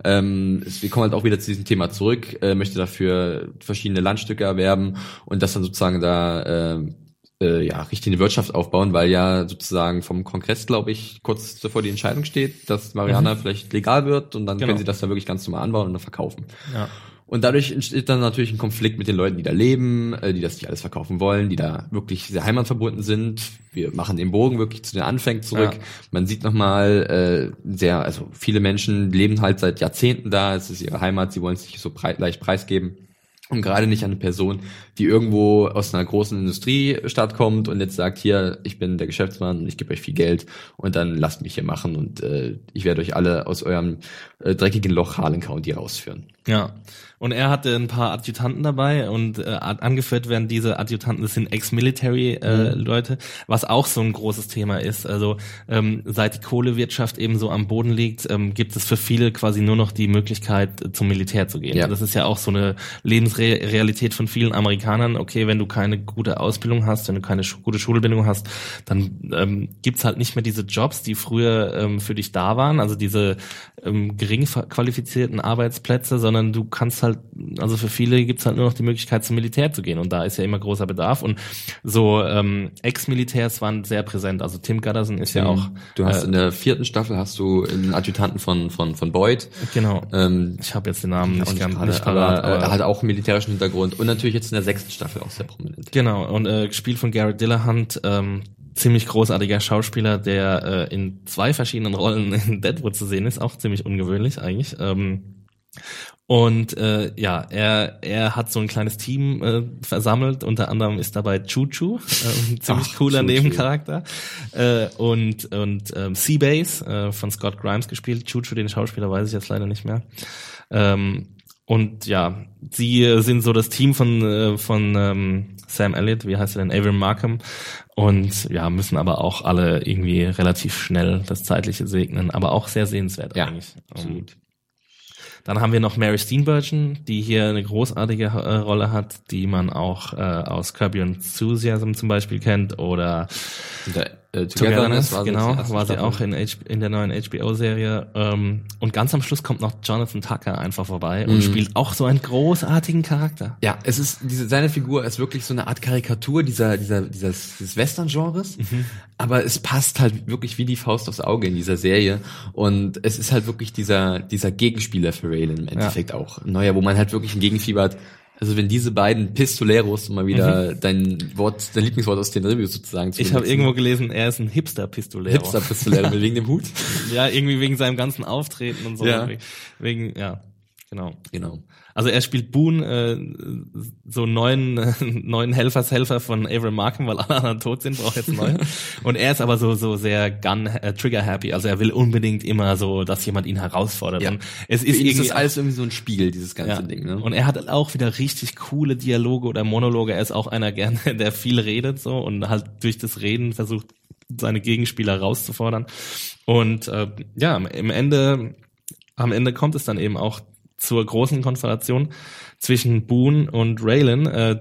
Wir kommen halt auch wieder zu diesem Thema zurück, möchte dafür verschiedene Landstücke erwerben und das dann sozusagen da richtig eine Wirtschaft aufbauen, weil ja sozusagen vom Kongress, glaube ich, kurz davor die Entscheidung steht, dass Mariana vielleicht legal wird und dann können sie das da wirklich ganz normal anbauen und dann verkaufen. Ja. Und dadurch entsteht dann natürlich ein Konflikt mit den Leuten, die da leben, die das nicht alles verkaufen wollen, die da wirklich sehr heimatverbunden sind. Wir machen den Bogen wirklich zu den Anfängen zurück. Ja. Man sieht nochmal viele Menschen leben halt seit Jahrzehnten da, es ist ihre Heimat, sie wollen es nicht so leicht preisgeben. Und gerade nicht an eine Person, die irgendwo aus einer großen Industriestadt kommt und jetzt sagt, hier, ich bin der Geschäftsmann und ich gebe euch viel Geld und dann lasst mich hier machen und ich werde euch alle aus eurem dreckigen Loch Harlan County rausführen. Ja, und er hatte ein paar Adjutanten dabei und angeführt werden diese Adjutanten, das sind Ex-Military-Leute, was auch so ein großes Thema ist. Also seit die Kohlewirtschaft eben so am Boden liegt, gibt es für viele quasi nur noch die Möglichkeit, zum Militär zu gehen. Ja. Das ist ja auch so eine Lebensrealität von vielen Amerikanern. Okay, wenn du keine gute Ausbildung hast, wenn du keine gute Schulbildung hast, dann gibt's halt nicht mehr diese Jobs, die früher für dich da waren, also diese gering qualifizierten Arbeitsplätze, sondern du kannst halt, also für viele gibt's halt nur noch die Möglichkeit, zum Militär zu gehen und da ist ja immer großer Bedarf und so Ex-Militärs waren sehr präsent, also Tim Gutterson ist ja auch... Du hast in der 4. Staffel hast du einen Adjutanten von Boyd. Genau, ich habe jetzt den Namen nicht parat, aber er hat auch einen militärischen Hintergrund und natürlich jetzt in der 6. Staffel auch sehr prominent. Genau, und gespielt von Garrett Dillahunt, ziemlich großartiger Schauspieler, der in 2 verschiedenen Rollen in Deadwood zu sehen ist, auch ziemlich ungewöhnlich eigentlich. Er hat so ein kleines Team versammelt, unter anderem ist dabei Choo-Choo, ziemlich cooler Nebencharakter, und Seabase von Scott Grimes gespielt. Choo-Choo, den Schauspieler weiß ich jetzt leider nicht mehr. Und ja, sie sind so das Team von Sam Elliott, wie heißt er denn, Avery Markham, und ja, müssen aber auch alle irgendwie relativ schnell das Zeitliche segnen, aber auch sehr sehenswert eigentlich. Absolut. Dann haben wir noch Mary Steenburgen, die hier eine großartige Rolle hat, die man auch aus Curb Your Enthusiasm zum Beispiel kennt oder Togetherness, genau, war sie auch in der neuen HBO-Serie. Und ganz am Schluss kommt noch Jonathan Tucker einfach vorbei und spielt auch so einen großartigen Charakter. Ja, es ist seine Figur ist wirklich so eine Art Karikatur dieses Western-Genres, aber es passt halt wirklich wie die Faust aufs Auge in dieser Serie und es ist halt wirklich dieser Gegenspieler für Raylan im Endeffekt auch. Neuer, wo man halt wirklich ein Gegenfieber hat. Also wenn diese beiden Pistoleros, mal wieder dein Lieblingswort aus den Reviews sozusagen zu Ich habe irgendwo gelesen, er ist ein Hipster-Pistolero. Hipster-Pistolero, wegen dem Hut? Ja, irgendwie wegen seinem ganzen Auftreten und so. Ja. Genau. Also er spielt Boone, so neuen Helfershelfer von Avery Markham, weil alle anderen tot sind, braucht jetzt neue. Und er ist aber so sehr Trigger-happy, also er will unbedingt immer so, dass jemand ihn herausfordert. Ja. Und es ist irgendwie alles irgendwie so ein Spiegel, dieses ganze Ding. Ne? Und er hat auch wieder richtig coole Dialoge oder Monologe. Er ist auch einer gerne, der viel redet so und halt durch das Reden versucht, seine Gegenspieler herauszufordern. Und am Ende kommt es dann eben auch zur großen Konfrontation zwischen Boone und Raylan,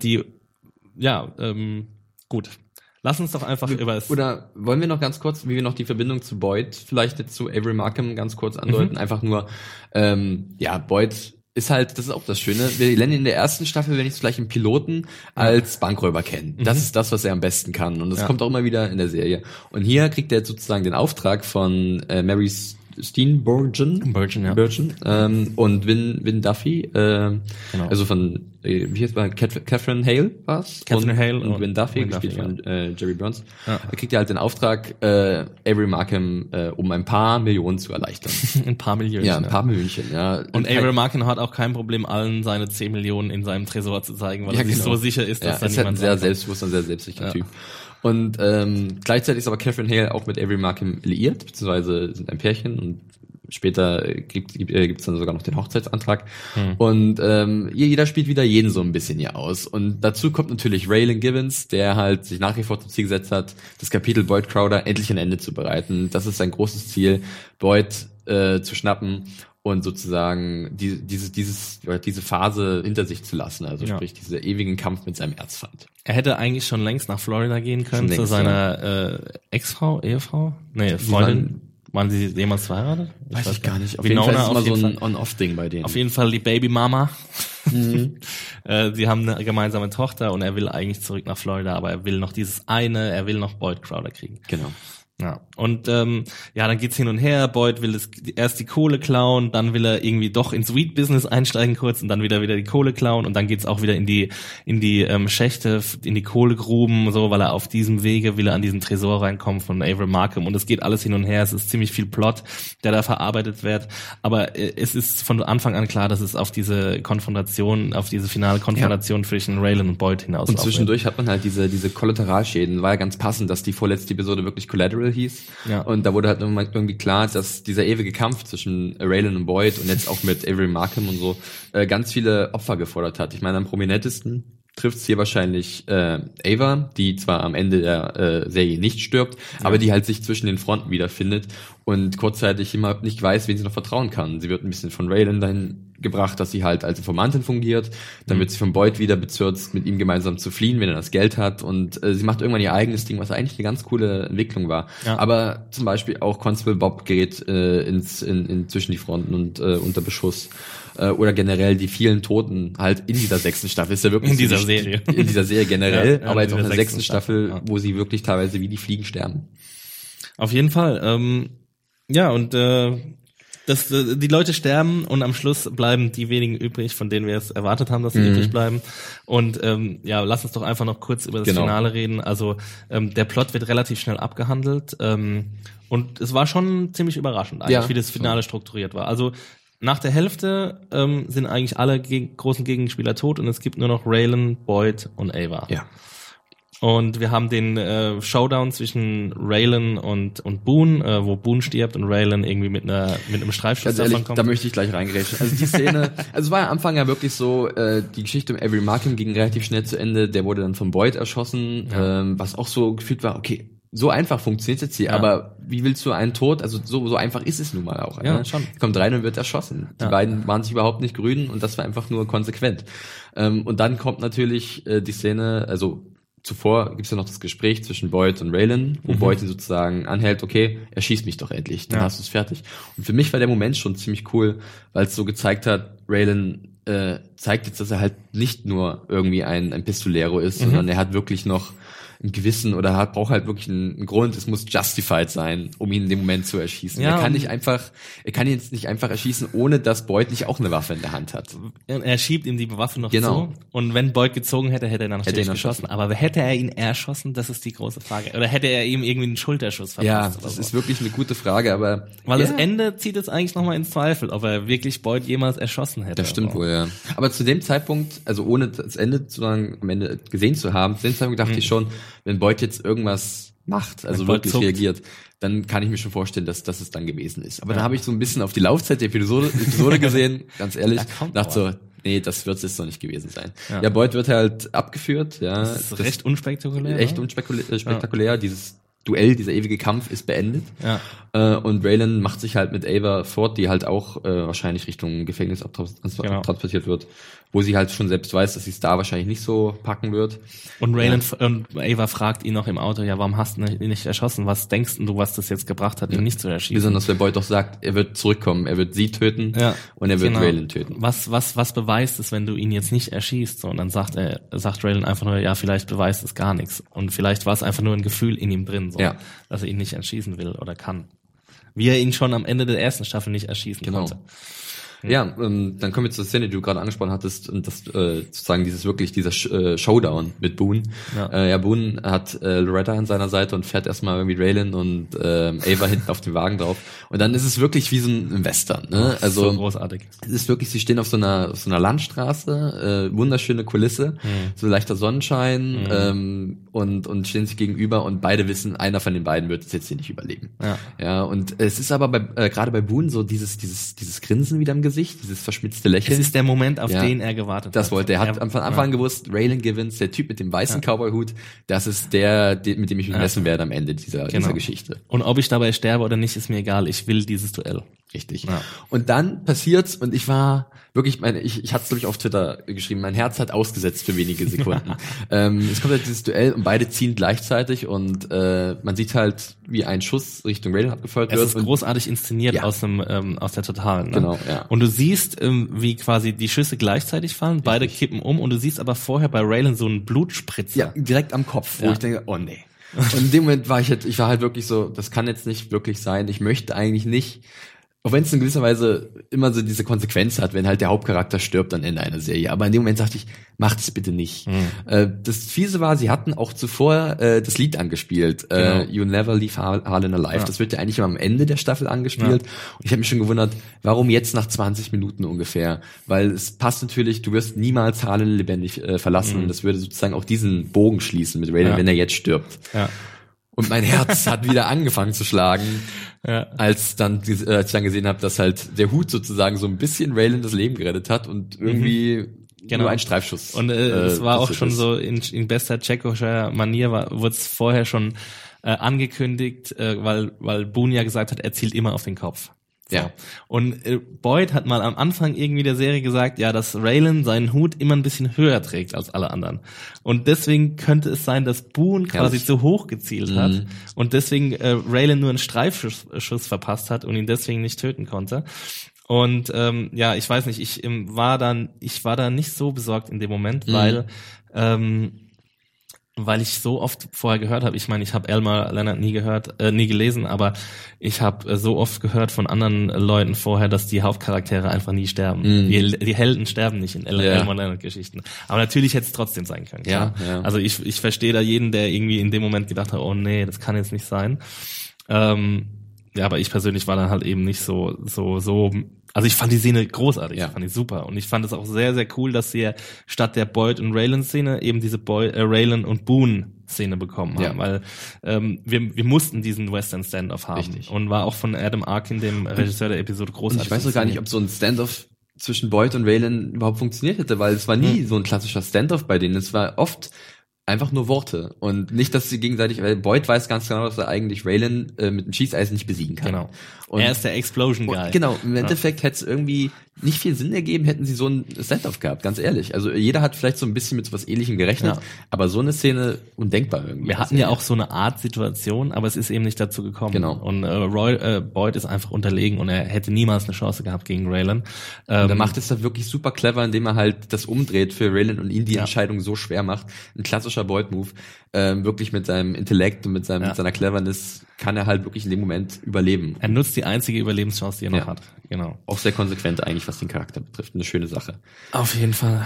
gut. Lass uns doch einfach Oder wollen wir noch ganz kurz, wie wir noch die Verbindung zu Boyd, vielleicht jetzt zu Avery Markham ganz kurz andeuten, einfach nur, Boyd ist halt, das ist auch das Schöne, wir lernen in der 1. Staffel, wenn ich es vielleicht im Piloten, als Bankräuber kennen. Das ist das, was er am besten kann und das kommt auch immer wieder in der Serie. Und hier kriegt er sozusagen den Auftrag von Mary Steenburgen und Vin Duffy, also von wie heißt man, Catherine Hale war's? Catherine Hale und Vin Duffy, gespielt von Jerry Burns. Ja. Er kriegt ja halt den Auftrag, Avery Markham um ein paar Millionen zu erleichtern. Ein paar Millionen. Ja, ein paar Millionchen, ja. Und Avery Markham hat auch kein Problem, allen seine 10 Millionen in seinem Tresor zu zeigen, weil er sich so sicher ist, dass da niemand ein sehr selbstbewusster und sehr selbstsicherer Typ. Und gleichzeitig ist aber Catherine Hale auch mit Avery Markham liiert, beziehungsweise sind ein Pärchen und später gibt's dann sogar noch den Hochzeitsantrag. Und jeder spielt wieder jeden so ein bisschen hier aus. Und dazu kommt natürlich Raylan Givens, der halt sich nach wie vor zum Ziel gesetzt hat, das Kapitel Boyd Crowder endlich ein Ende zu bereiten. Das ist sein großes Ziel, Boyd zu schnappen und sozusagen diese Phase hinter sich zu lassen. Also sprich, diese ewigen Kampf mit seinem Erzfeind. Er hätte eigentlich schon längst nach Florida gehen können, zu seiner Ehefrau? Nee, Freundin. Waren sie jemals verheiratet? Weiß ich gar nicht. Auf jeden Fall ist es immer so ein On-Off-Ding bei denen. Auf jeden Fall die Babymama. Sie haben eine gemeinsame Tochter und er will eigentlich zurück nach Florida, aber er will noch er will noch Boyd Crowder kriegen. Genau. Ja, und dann geht's hin und her. Boyd will erst die Kohle klauen, dann will er irgendwie doch ins Weed-Business einsteigen kurz und dann wieder die Kohle klauen und dann geht's auch wieder in die Schächte, in die Kohlegruben, so, weil er auf diesem Wege will er an diesen Tresor reinkommen von Avery Markham und es geht alles hin und her. Es ist ziemlich viel Plot, der da verarbeitet wird, aber es ist von Anfang an klar, dass es auf diese Konfrontation, auf diese finale Konfrontation zwischen Raylan und Boyd hinaus. Und zwischendurch hat man halt diese Kollateralschäden. War ja ganz passend, dass die vorletzte Episode wirklich Collateral hieß. Ja. Und da wurde halt irgendwie klar, dass dieser ewige Kampf zwischen Raylan und Boyd und jetzt auch mit Avery Markham und so ganz viele Opfer gefordert hat. Ich meine, am prominentesten trifft's hier wahrscheinlich Ava, die zwar am Ende der Serie nicht stirbt, aber die halt sich zwischen den Fronten wiederfindet und kurzzeitig immer nicht weiß, wen sie noch vertrauen kann. Sie wird ein bisschen von Raylan dahin gebracht, dass sie halt als Informantin fungiert. Dann wird sie von Boyd wieder bezirzt, mit ihm gemeinsam zu fliehen, wenn er das Geld hat. Und sie macht irgendwann ihr eigenes Ding, was eigentlich eine ganz coole Entwicklung war. Ja. Aber zum Beispiel auch Constable Bob gerät zwischen die Fronten und unter Beschuss. Oder generell die vielen Toten halt in dieser 6. Staffel. Ist ja wirklich in dieser Serie. In dieser Serie generell, ja, aber jetzt auch in der 6. Staffel, wo sie wirklich teilweise wie die Fliegen sterben. Auf jeden Fall. Die Leute sterben und am Schluss bleiben die wenigen übrig, von denen wir es erwartet haben, dass sie übrig bleiben. Und lass uns doch einfach noch kurz über das Finale reden. Also der Plot wird relativ schnell abgehandelt und es war schon ziemlich überraschend, eigentlich, wie das Finale strukturiert war. Also nach der Hälfte sind eigentlich alle großen Gegenspieler tot und es gibt nur noch Raylan, Boyd und Ava. Ja. Und wir haben den Showdown zwischen Raylan und Boone, wo Boone stirbt und Raylan irgendwie mit einem Streifschuss davon kommt. Da möchte ich gleich reingrätschen. Also die Szene, also es war ja am Anfang ja wirklich so, die Geschichte um Avery Markham ging relativ schnell zu Ende, der wurde dann von Boyd erschossen, was auch so gefühlt war, okay, so einfach funktioniert jetzt hier, aber wie willst du einen Tod, also so einfach ist es nun mal auch. Ja, ne? Schon. Kommt rein und wird erschossen. Die beiden waren sich überhaupt nicht grün und das war einfach nur konsequent. Und dann kommt natürlich die Szene, also zuvor gibt's ja noch das Gespräch zwischen Boyd und Raylan, wo Boyd ihn sozusagen anhält, okay, erschieß mich doch endlich, dann hast du es fertig. Und für mich war der Moment schon ziemlich cool, weil es so gezeigt hat, Raylan zeigt jetzt, dass er halt nicht nur irgendwie ein Pistolero ist, sondern er hat wirklich noch ein Gewissen oder braucht halt wirklich einen Grund, es muss justified sein, um ihn in dem Moment zu erschießen. Ja, er kann ihn jetzt nicht einfach erschießen, ohne dass Boyd nicht auch eine Waffe in der Hand hat. Er schiebt ihm die Waffe noch zu und wenn Boyd gezogen hätte, hätte er dann natürlich geschossen. Aber hätte er ihn erschossen, das ist die große Frage. Oder hätte er ihm irgendwie einen Schulterschuss verpasst? Ja, das ist wirklich eine gute Frage, aber weil das Ende zieht es eigentlich nochmal ins Zweifel, ob er wirklich Boyd jemals erschossen hätte. Das stimmt wohl, ja. Aber zu dem Zeitpunkt, also ohne das Ende sozusagen am Ende gesehen zu haben, zu dem Zeitpunkt dachte ich schon, wenn Boyd jetzt irgendwas macht, also wirklich reagiert, dann kann ich mir schon vorstellen, dass das es dann gewesen ist. Aber dann habe ich so ein bisschen auf die Laufzeit der Episode gesehen, ganz ehrlich, dachte so, nee, das wird es jetzt noch nicht gewesen sein. Ja, Boyd wird halt abgeführt, ja. Das ist recht unspektakulär. Echt unspektakulär, dieses Duell, dieser ewige Kampf ist beendet. Ja. Und Raylan macht sich halt mit Ava fort, die halt auch wahrscheinlich Richtung Gefängnis transportiert wird, wo sie halt schon selbst weiß, dass sie es da wahrscheinlich nicht so packen wird. Und Raylan und Ava fragt ihn noch im Auto, ja, warum hast du ihn nicht erschossen? Was denkst du, was das jetzt gebracht hat, ihn nicht zu erschießen? Besonders wenn Boyd doch sagt, er wird zurückkommen, er wird sie töten und er wird Raylan töten. Was beweist es, wenn du ihn jetzt nicht erschießt? So, und dann sagt Raylan einfach nur, ja, vielleicht beweist es gar nichts. Und vielleicht war es einfach nur ein Gefühl in ihm drin, so, dass er ihn nicht erschießen will oder kann. Wie er ihn schon am Ende der ersten Staffel nicht erschießen konnte. Ja, dann kommen wir zur Szene, die du gerade angesprochen hattest, und das sozusagen dieser Showdown mit Boone. Ja, Boone hat Loretta an seiner Seite und fährt erstmal irgendwie Raylan und Ava hinten auf dem Wagen drauf. Und dann ist es wirklich wie so ein Western, ne? Also so großartig. Es ist wirklich, sie stehen auf so einer Landstraße, wunderschöne Kulisse, so leichter Sonnenschein, und stehen sich gegenüber und beide wissen, einer von den beiden wird es jetzt hier nicht überleben. Ja, und es ist aber gerade bei Boone so dieses Grinsen wieder im Gesicht, dieses verschmitzte Lächeln. Es ist der Moment, auf den er gewartet hat. Das wollte er. Hat von Anfang an gewusst, Raylan Givens, der Typ mit dem weißen Cowboy-Hut, das ist der, mit dem ich mich messen werde am Ende dieser Geschichte. Und ob ich dabei sterbe oder nicht, ist mir egal. Ich will dieses Duell. Richtig. Ja. Und dann passiert's und ich war wirklich, ich hatte es glaube ich auf Twitter geschrieben, mein Herz hat ausgesetzt für wenige Sekunden. Es kommt halt dieses Duell und beide ziehen gleichzeitig und man sieht halt, wie ein Schuss Richtung Raylan abgefeuert wird. Es ist großartig inszeniert aus der Totalen. Ne? Genau, ja. Und du siehst, wie quasi die Schüsse gleichzeitig fallen, beide kippen um und du siehst aber vorher bei Raylan so einen Blutspritzer. Ja, direkt am Kopf, wo ich denke, oh nee. Und in dem Moment war ich halt wirklich so, das kann jetzt nicht wirklich sein, ich möchte eigentlich nicht, auch wenn es in gewisser Weise immer so diese Konsequenz hat, wenn halt der Hauptcharakter stirbt am Ende einer Serie. Aber in dem Moment dachte ich, macht es bitte nicht. Das Fiese war, sie hatten auch zuvor das Lied angespielt, You Never Leave Harlan Alive. Ja. Das wird ja eigentlich immer am Ende der Staffel angespielt. Ja. Und ich habe mich schon gewundert, warum jetzt nach 20 Minuten ungefähr? Weil es passt natürlich, du wirst niemals Harlan lebendig verlassen. Und das würde sozusagen auch diesen Bogen schließen mit Raylan, wenn er jetzt stirbt. Ja. Und mein Herz hat wieder angefangen zu schlagen, als ich dann gesehen habe, dass halt der Hut sozusagen so ein bisschen Raylan das Leben gerettet hat und irgendwie nur ein Streifschuss. Und es war auch schon so in bester tschechischer Manier, wurde es vorher schon angekündigt, weil Boone ja gesagt hat, er zielt immer auf den Kopf. So. Ja. Und Boyd hat mal am Anfang irgendwie der Serie gesagt, ja, dass Raylan seinen Hut immer ein bisschen höher trägt als alle anderen. Und deswegen könnte es sein, dass Boone quasi zu hoch gezielt hat und deswegen Raylan nur einen Streifschuss verpasst hat und ihn deswegen nicht töten konnte. Und ich weiß nicht, ich war da nicht so besorgt in dem Moment, weil ich so oft vorher gehört habe, ich meine, ich habe Elmer Leonard nie gelesen, aber ich habe so oft gehört von anderen Leuten vorher, dass die Hauptcharaktere einfach nie sterben. Die Helden sterben nicht in Elmer Leonard Geschichten. Aber natürlich hätte es trotzdem sein können. Ja. Also ich verstehe da jeden, der irgendwie in dem Moment gedacht hat, oh nee, das kann jetzt nicht sein. Aber ich persönlich war dann halt eben nicht so. Also ich fand die Szene großartig, ich fand die super. Und ich fand es auch sehr, sehr cool, dass sie statt der Boyd und Raylan Szene eben diese Raylan und Boone Szene bekommen haben, weil wir mussten diesen Western Standoff haben. Richtig. Und war auch von Adam Arkin, dem Regisseur der Episode, großartig. Und ich weiß auch gar nicht, ob so ein Standoff zwischen Boyd und Raylan überhaupt funktioniert hätte, weil es war nie so ein klassischer Standoff bei denen. Es war oft einfach nur Worte und nicht, dass sie gegenseitig, weil Boyd weiß ganz genau, dass er eigentlich Raylan mit dem Schießeisen nicht besiegen kann. Genau. Und er ist der Explosion Guy. Genau. Im Endeffekt hätte es irgendwie nicht viel Sinn ergeben, hätten sie so ein Standoff gehabt, ganz ehrlich. Also jeder hat vielleicht so ein bisschen mit so was Ähnlichem gerechnet, aber so eine Szene undenkbar irgendwie. Wir hatten ja auch so eine Art Situation, aber es ist eben nicht dazu gekommen. Genau. Und Boyd ist einfach unterlegen und er hätte niemals eine Chance gehabt gegen Raylan. Er macht es da wirklich super clever, indem er halt das umdreht für Raylan und ihn die Entscheidung so schwer macht. Ein klassischer Boyd-Move. Wirklich mit seinem Intellekt und mit seiner Cleverness kann er halt wirklich in dem Moment überleben. Er nutzt die einzige Überlebenschance, die er noch hat. Genau. Auch sehr konsequent eigentlich, was den Charakter betrifft. Eine schöne Sache. Auf jeden Fall.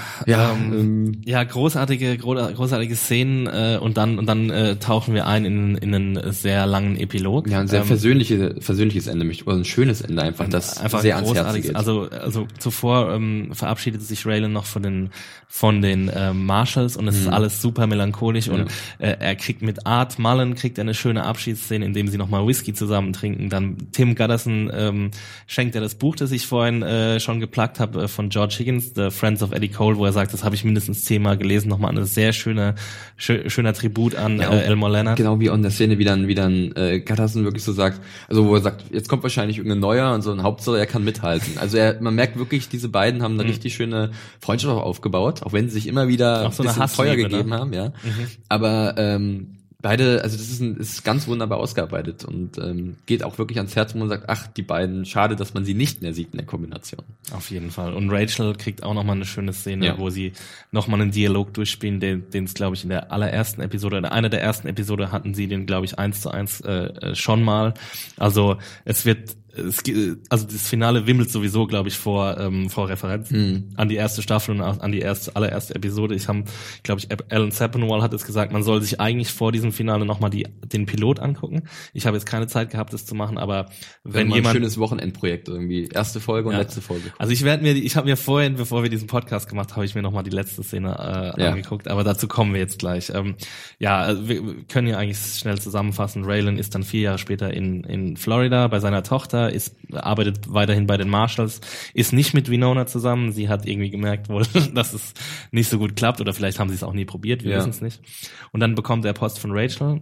Großartige Szenen und dann tauchen wir ein in einen sehr langen Epilog. Ja, ein sehr versöhnliches Ende, oder ein schönes Ende einfach, das einfach sehr ans Herz geht. Also zuvor verabschiedet sich Raylan noch von den Marshalls und es ist alles super melancholisch und er kriegt mit Art Mullen eine schöne Abschiedsszene, in dem sie nochmal Whisky zusammen trinken. Dann Tim Gutterson schenkt er das Buch, das ich vorhin schon geplagt habe, von George Higgins, The Friends of Eddie Cole, wo er sagt, das habe ich mindestens 10-mal gelesen. Nochmal eine sehr schöner Tribut an Elmore Leonard. Genau wie in der Szene, wie dann Gutterson wirklich so sagt, also wo er sagt, jetzt kommt wahrscheinlich irgendein Neuer und so ein Hauptsache, er kann mithalten. Also man merkt wirklich, diese beiden haben eine richtig schöne Freundschaft auch aufgebaut, auch wenn sie sich immer wieder so ein bisschen Feuer gegeben haben, ja. Aber beide, also das ist ganz wunderbar ausgearbeitet und geht auch wirklich ans Herz, wo man sagt, ach, die beiden, schade, dass man sie nicht mehr sieht in der Kombination. Auf jeden Fall. Und Rachel kriegt auch nochmal eine schöne Szene, wo sie nochmal einen Dialog durchspielen, den es, glaube ich, in der allerersten Episode, in einer der ersten Episode hatten sie den, glaube ich, 1:1 schon mal. Also es wird also das Finale wimmelt sowieso, glaube ich, vor Referenzen an die erste Staffel und an die allererste Episode. Alan Sepinwall hat es gesagt, man soll sich eigentlich vor diesem Finale nochmal den Pilot angucken. Ich habe jetzt keine Zeit gehabt, das zu machen, aber wenn jemand... ein schönes Wochenendprojekt irgendwie. Erste Folge und letzte Folge. Also ich habe mir vorhin, bevor wir diesen Podcast gemacht haben, habe ich mir nochmal die letzte Szene angeguckt, aber dazu kommen wir jetzt gleich. Wir können ja eigentlich schnell zusammenfassen. Raylan ist dann 4 Jahre später in Florida bei seiner Tochter, arbeitet weiterhin bei den Marshalls, ist nicht mit Winona zusammen. Sie hat irgendwie gemerkt wohl, dass es nicht so gut klappt oder vielleicht haben sie es auch nie probiert, wir wissen es nicht. Und dann bekommt er Post von Rachel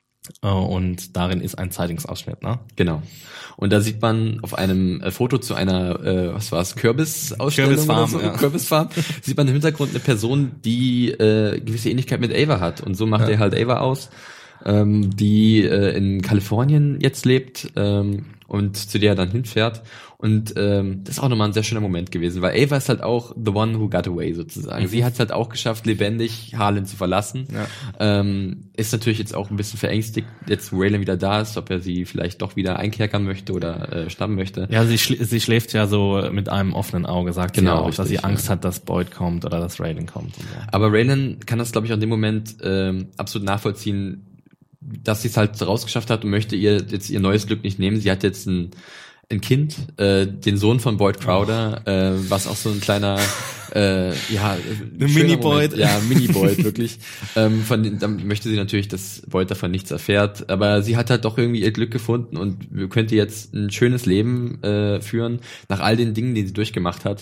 und darin ist ein Zeitungsausschnitt, ne? Genau. Und da sieht man auf einem Foto zu einer, Kürbisausstellung Kürbisfarm, sieht man im Hintergrund eine Person, die gewisse Ähnlichkeit mit Ava hat. Und so macht er halt Ava aus, die in Kalifornien jetzt lebt und zu der er dann hinfährt. Und das ist auch nochmal ein sehr schöner Moment gewesen, weil Ava ist halt auch the one who got away sozusagen. Sie hat es halt auch geschafft, lebendig Harlan zu verlassen. Ja. Ist natürlich jetzt auch ein bisschen verängstigt, jetzt wo Raylan wieder da ist, ob er sie vielleicht doch wieder einkerkern möchte oder schnappen möchte. Ja, sie schläft ja so mit einem offenen Auge, sagt sie auch, dass sie Angst hat, dass Boyd kommt oder dass Raylan kommt. Und so. Aber Raylan kann das, glaube ich, auch in dem Moment absolut nachvollziehen, dass sie es halt rausgeschafft hat und möchte ihr jetzt ihr neues Glück nicht nehmen. Sie hat jetzt ein Kind, den Sohn von Boyd Crowder, was auch so ein kleiner Mini-Boyd. Ja, Mini-Boyd, wirklich. Dann möchte sie natürlich, dass Boyd davon nichts erfährt, aber sie hat halt doch irgendwie ihr Glück gefunden und könnte jetzt ein schönes Leben führen, nach all den Dingen, die sie durchgemacht hat.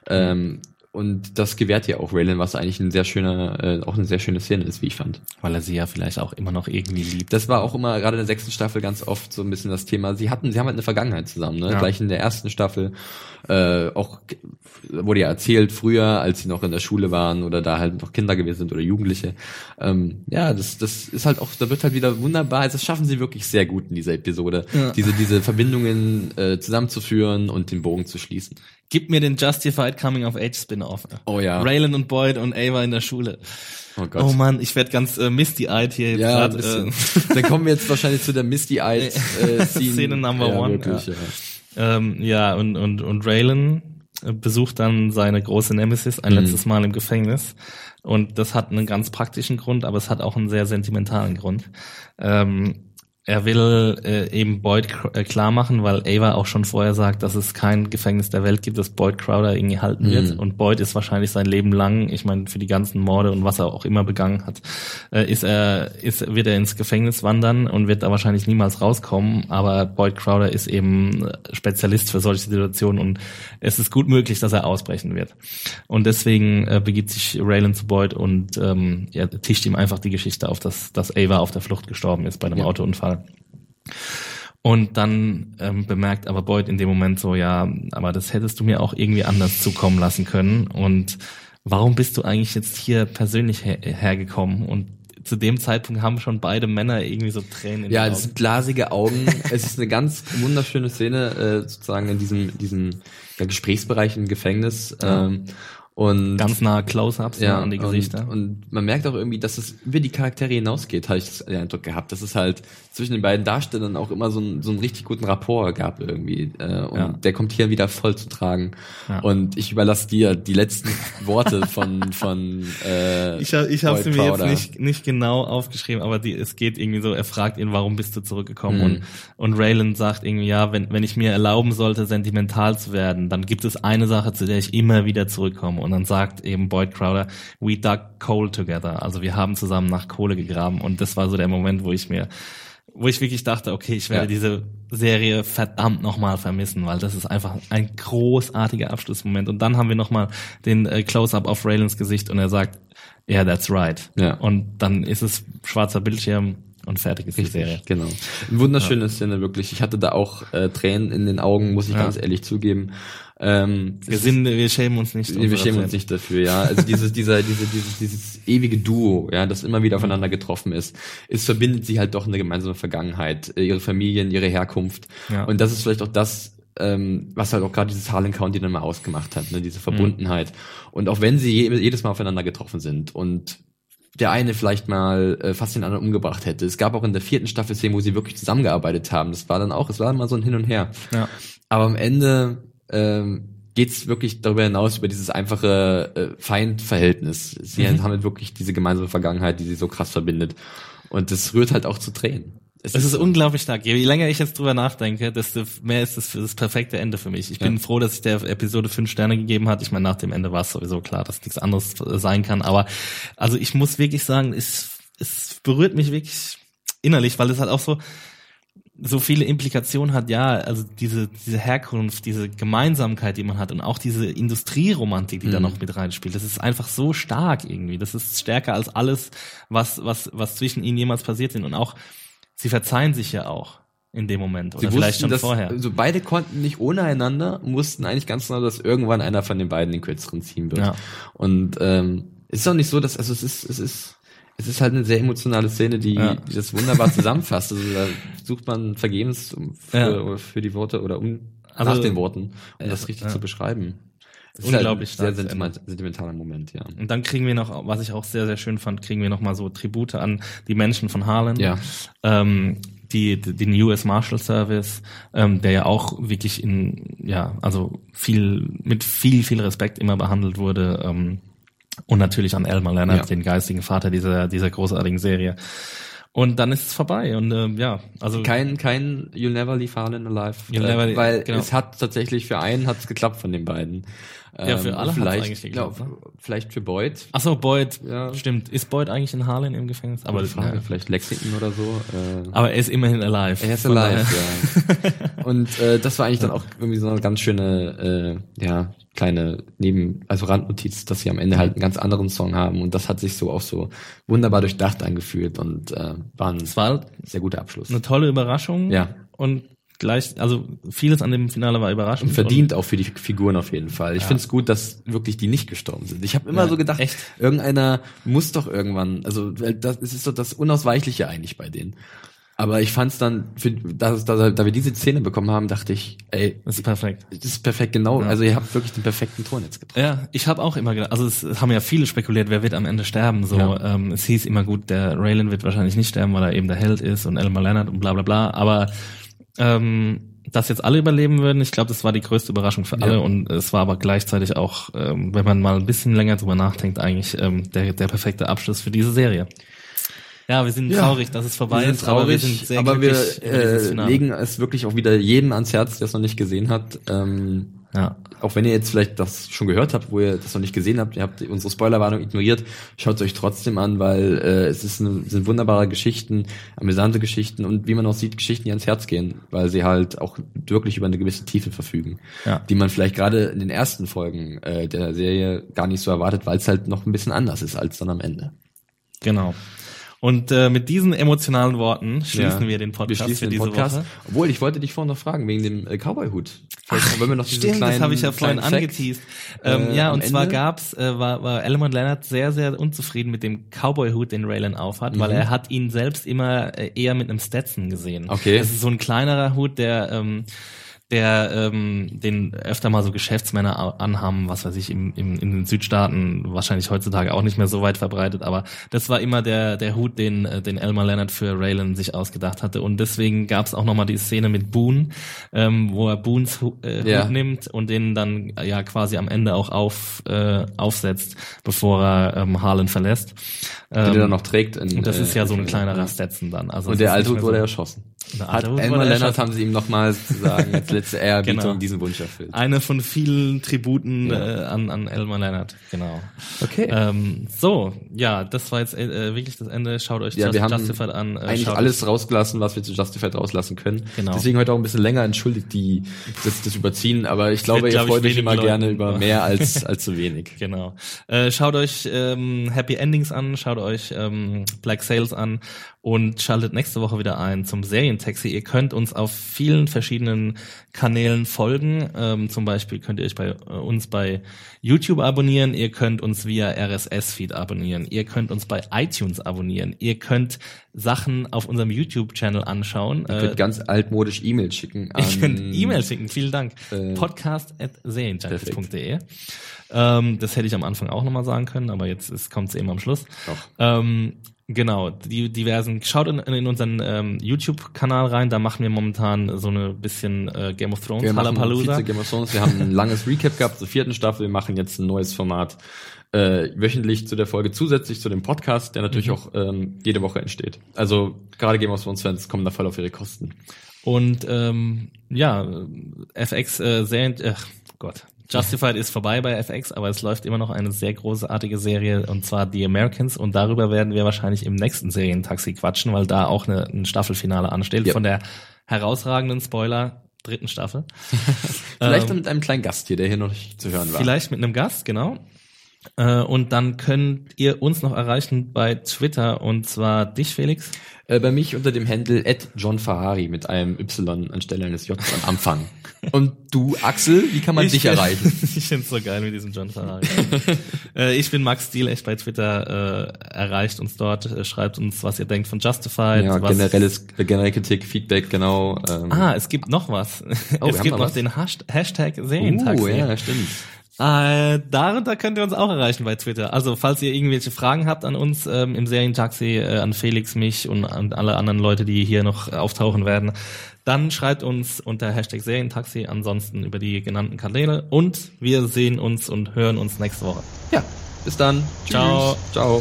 Und das gewährt ja auch Raylan, was eigentlich auch eine sehr schöne Szene ist, wie ich fand. Weil er sie ja vielleicht auch immer noch irgendwie liebt. Das war auch immer, gerade in der 6. Staffel ganz oft so ein bisschen das Thema. Sie haben halt eine Vergangenheit zusammen, ne? Ja. Gleich in der 1. Staffel, auch wurde ja erzählt, früher, als sie noch in der Schule waren oder da halt noch Kinder gewesen sind oder Jugendliche. Das ist halt auch, da wird halt wieder wunderbar, also das schaffen sie wirklich sehr gut in dieser Episode, diese Verbindungen zusammenzuführen und den Bogen zu schließen. Gib mir den Justified Coming of Age Spin-off. Oh ja. Raylan und Boyd und Ava in der Schule. Oh Gott. Oh Mann, ich werde ganz misty-eyed hier jetzt gerade. Dann kommen wir jetzt wahrscheinlich zu der misty-eyed Szene Number 1. Wirklich, ja. Und Raylan besucht dann seine große Nemesis ein letztes Mal im Gefängnis. Und das hat einen ganz praktischen Grund, aber es hat auch einen sehr sentimentalen Grund. Er will eben Boyd klar machen, weil Ava auch schon vorher sagt, dass es kein Gefängnis der Welt gibt, das Boyd Crowder irgendwie halten wird. Und Boyd ist wahrscheinlich sein Leben lang, ich meine für die ganzen Morde und was er auch immer begangen hat, wird er ins Gefängnis wandern und wird da wahrscheinlich niemals rauskommen. Aber Boyd Crowder ist eben Spezialist für solche Situationen und es ist gut möglich, dass er ausbrechen wird. Und deswegen begibt sich Raylan zu Boyd und tischt ihm einfach die Geschichte auf, dass Ava auf der Flucht gestorben ist bei einem Autounfall. Und dann bemerkt aber Boyd in dem Moment so, ja, aber das hättest du mir auch irgendwie anders zukommen lassen können. Und warum bist du eigentlich jetzt hier persönlich hergekommen? Und zu dem Zeitpunkt haben schon beide Männer irgendwie so Tränen in den Augen. Ja, das sind glasige Augen. Es ist eine ganz wunderschöne Szene, sozusagen in diesem Gesprächsbereich im Gefängnis. Und ganz nahe Close-ups an die Gesichter. Und man merkt auch irgendwie, dass es über die Charaktere hinausgeht, habe ich den Eindruck gehabt, dass es halt zwischen den beiden Darstellern auch immer so einen richtig guten Rapport gab irgendwie. Der kommt hier wieder voll zu tragen. Ja. Und ich überlasse dir die letzten Worte von Ich habe sie mir jetzt nicht genau aufgeschrieben, aber es geht irgendwie so, er fragt ihn, warum bist du zurückgekommen? Und Raylan sagt irgendwie, ja, wenn ich mir erlauben sollte, sentimental zu werden, dann gibt es eine Sache, zu der ich immer wieder zurückkomme. Und dann sagt eben Boyd Crowder, we dug coal together. Also wir haben zusammen nach Kohle gegraben. Und das war so der Moment, wo ich wirklich dachte, okay, ich werde diese Serie verdammt nochmal vermissen, weil das ist einfach ein großartiger Abschlussmoment. Und dann haben wir nochmal den Close-Up auf Raylans Gesicht und er sagt, yeah, that's right. Ja. Und dann ist es schwarzer Bildschirm und fertig ist die Serie. Genau. Eine wunderschöne Szene, wirklich. Ich hatte da auch Tränen in den Augen, muss ich ganz ehrlich zugeben. Wir schämen uns nicht. Wir schämen uns nicht dafür, ja. Also dieses ewige Duo, ja, das immer wieder aufeinander getroffen ist. Es verbindet sie halt doch eine gemeinsame Vergangenheit, ihre Familien, ihre Herkunft. Ja. Und das ist vielleicht auch das, was halt auch gerade dieses Harlan County dann mal ausgemacht hat, ne, diese Verbundenheit. Und auch wenn sie jedes Mal aufeinander getroffen sind und der eine vielleicht mal fast den anderen umgebracht hätte. Es gab auch in der 4. Staffel Szenen, wo sie wirklich zusammengearbeitet haben. Es war immer so ein Hin und Her. Ja. Aber am Ende geht's wirklich darüber hinaus, über dieses einfache Feindverhältnis. Sie haben halt wirklich diese gemeinsame Vergangenheit, die sie so krass verbindet. Und das rührt halt auch zu Tränen. Es ist unglaublich stark. Je länger ich jetzt drüber nachdenke, desto mehr ist es das perfekte Ende für mich. Ich bin froh, dass ich der Episode 5 Sterne gegeben hat. Ich meine, nach dem Ende war es sowieso klar, dass nichts anderes sein kann. Aber also ich muss wirklich sagen, es berührt mich wirklich innerlich, weil es halt auch so viele Implikationen hat. Ja, also diese Herkunft, diese Gemeinsamkeit, die man hat und auch diese Industrieromantik, die da noch mit reinspielt. Das ist einfach so stark irgendwie. Das ist stärker als alles, was zwischen ihnen jemals passiert sind. Und auch sie verzeihen sich ja auch in dem Moment oder vielleicht schon vorher. Also beide konnten nicht ohne einander, mussten eigentlich ganz genau, dass irgendwann einer von den beiden den Kürzeren ziehen wird. Ja. Und es ist auch nicht so, dass es ist halt eine sehr emotionale Szene, die das wunderbar zusammenfasst. Also da sucht man vergebens für die Worte oder nach den Worten, um das richtig zu beschreiben. Das unglaublich ist halt ein sehr sentimentaler Moment, ja. Und dann kriegen wir noch, was ich auch sehr, sehr schön fand, kriegen wir noch mal so Tribute an die Menschen von Harlan. Ja. Den US Marshal Service, der ja auch wirklich also mit viel Respekt immer behandelt wurde, und natürlich an Elmer Leonard, den geistigen Vater dieser großartigen Serie. Und dann ist es vorbei und also kein You'll Never Leave Harlan Alive, weil es hat tatsächlich für einen hat's geklappt von den beiden. Ja, für alle hat's eigentlich geklappt. Vielleicht für Boyd. Ach so, Boyd, stimmt. Ist Boyd eigentlich in Harlan im Gefängnis? Aber Frage, vielleicht Lexington oder so. Aber er ist immerhin alive. Er ist alive, ja. Und das war eigentlich dann auch irgendwie so eine ganz schöne kleine Randnotiz, dass sie am Ende halt einen ganz anderen Song haben und das hat sich so auch so wunderbar durchdacht angefühlt und war ein sehr guter Abschluss. Eine tolle Überraschung. Ja. Und also vieles an dem Finale war überraschend. Und verdient auch für die Figuren auf jeden Fall. Ich finde es gut, dass wirklich die nicht gestorben sind. Ich habe immer so gedacht, irgendeiner muss doch irgendwann, also das ist so das Unausweichliche eigentlich bei denen. Aber ich fand's dann, da wir diese Szene bekommen haben, dachte ich, ey, das ist perfekt. Das ist perfekt, genau. Ja. Also ihr habt wirklich den perfekten Ton jetzt getroffen. Ja, ich habe auch immer gedacht, also es haben ja viele spekuliert, wer wird am Ende sterben. So, es hieß immer gut, der Raylan wird wahrscheinlich nicht sterben, weil er eben der Held ist und Elmer Leonard und bla bla bla. Aber dass jetzt alle überleben würden, ich glaube, das war die größte Überraschung für alle und es war aber gleichzeitig auch, wenn man mal ein bisschen länger drüber nachdenkt, eigentlich der perfekte Abschluss für diese Serie. Ja, wir sind traurig, dass es vorbei ist, aber wir sind sehr glücklich. Aber wir legen es wirklich auch wieder jedem ans Herz, der es noch nicht gesehen hat. Auch wenn ihr jetzt vielleicht das schon gehört habt, wo ihr das noch nicht gesehen habt, ihr habt unsere Spoilerwarnung ignoriert, schaut es euch trotzdem an, weil es sind wunderbare Geschichten, amüsante Geschichten und wie man auch sieht, Geschichten, die ans Herz gehen, weil sie halt auch wirklich über eine gewisse Tiefe verfügen, die man vielleicht gerade in den ersten Folgen der Serie gar nicht so erwartet, weil es halt noch ein bisschen anders ist als dann am Ende. Genau. Und mit diesen emotionalen Worten schließen wir den Podcast für diese Woche. Obwohl, ich wollte dich vorhin noch fragen, wegen dem Cowboy-Hut. Wollen wir noch stimmt, das habe ich ja vorhin angeteased. Und zwar war Elmer Leonard sehr, sehr unzufrieden mit dem Cowboy-Hut, den Raylan aufhat, weil er hat ihn selbst immer eher mit einem Stetson gesehen. Okay. Das ist so ein kleinerer Hut, der den öfter mal so Geschäftsmänner anhaben, was weiß ich, in den Südstaaten, wahrscheinlich heutzutage auch nicht mehr so weit verbreitet, aber das war immer der Hut, den Elmer Leonard für Raylan sich ausgedacht hatte und deswegen gab es auch nochmal die Szene mit Boone, wo er Boones Hut nimmt und den dann quasi am Ende auch aufsetzt, bevor er Harlan verlässt. Den er dann noch trägt. Und das ist ja so ein kleinerer Stetson dann. Also und der alte Hut wurde erschossen. Elmer Leonard haben sie ihm nochmal sozusagen als letzte Ehrerbietung diesen Wunsch erfüllt. Eine von vielen Tributen an Elmer Leonard, genau. Okay. Das war jetzt wirklich das Ende. Schaut euch Justified an. Eigentlich alles rausgelassen, was wir zu Justified rauslassen können. Genau. Deswegen heute auch ein bisschen länger, entschuldigt das Überziehen, aber ich glaube, ihr freut euch immer gerne über mehr als zu wenig. Genau. Schaut euch Happy Endings an, schaut euch Black Sails an und schaltet nächste Woche wieder ein zum Serientaxi. Ihr könnt uns auf vielen verschiedenen Kanälen folgen. Zum Beispiel könnt ihr euch bei uns bei YouTube abonnieren. Ihr könnt uns via RSS-Feed abonnieren. Ihr könnt uns bei iTunes abonnieren. Ihr könnt Sachen auf unserem YouTube-Channel anschauen. Ihr könnt ganz altmodisch E-Mails schicken. Ich könnt E-Mails schicken, vielen Dank. podcast@serienjunkies.de. Das hätte ich am Anfang auch nochmal sagen können, aber jetzt kommt es eben am Schluss. Genau, die diversen, schaut in unseren YouTube-Kanal rein, da machen wir momentan so eine bisschen Game of Thrones, Hallapalooza. Game of Thrones. Wir haben ein langes Recap gehabt zur 4. Staffel, wir machen jetzt ein neues Format wöchentlich zu der Folge, zusätzlich zu dem Podcast, der natürlich auch jede Woche entsteht. Also gerade Game of Thrones-Fans kommen da voll auf ihre Kosten. Und FX Justified ist vorbei bei FX, aber es läuft immer noch eine sehr großartige Serie, und zwar The Americans, und darüber werden wir wahrscheinlich im nächsten Serientaxi quatschen, weil da auch ein Staffelfinale ansteht, von der herausragenden Spoiler 3. Staffel. Vielleicht mit einem kleinen Gast hier, der hier noch nicht zu hören war. Vielleicht mit einem Gast, genau. Und dann könnt ihr uns noch erreichen bei Twitter, und zwar dich, Felix. Bei mich unter dem Handle @JohnFerrari mit einem Y anstelle eines J am Anfang. Und du, Axel, wie kann man dich erreichen? Ich find's so geil mit diesem John Ferrari. Ich bin Max Stiel, echt bei Twitter, erreicht uns dort, schreibt uns, was ihr denkt von Justified. Ja, generelle Kritik, Feedback, genau. Es gibt noch was. Es gibt noch den Hashtag Serientaxi. Ja, stimmt. Darunter könnt ihr uns auch erreichen bei Twitter. Also falls ihr irgendwelche Fragen habt an uns im Serientaxi, an Felix, mich und an alle anderen Leute, die hier noch auftauchen werden, dann schreibt uns unter Hashtag Serientaxi, ansonsten über die genannten Kanäle, und wir sehen uns und hören uns nächste Woche. Ja, bis dann. Ciao. Tschüss. Ciao.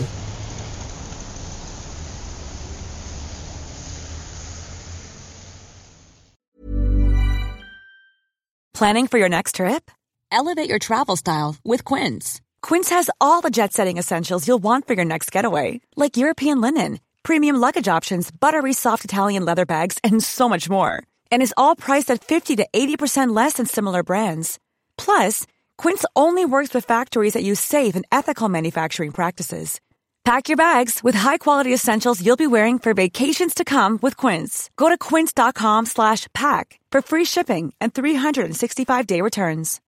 Planning for your next trip? Elevate your travel style with Quince. Quince has all the jet-setting essentials you'll want for your next getaway, like European linen, premium luggage options, buttery soft Italian leather bags, and so much more. And is all priced at 50 to 80% less than similar brands. Plus, Quince only works with factories that use safe and ethical manufacturing practices. Pack your bags with high-quality essentials you'll be wearing for vacations to come with Quince. Go to quince.com/pack for free shipping and 365-day returns.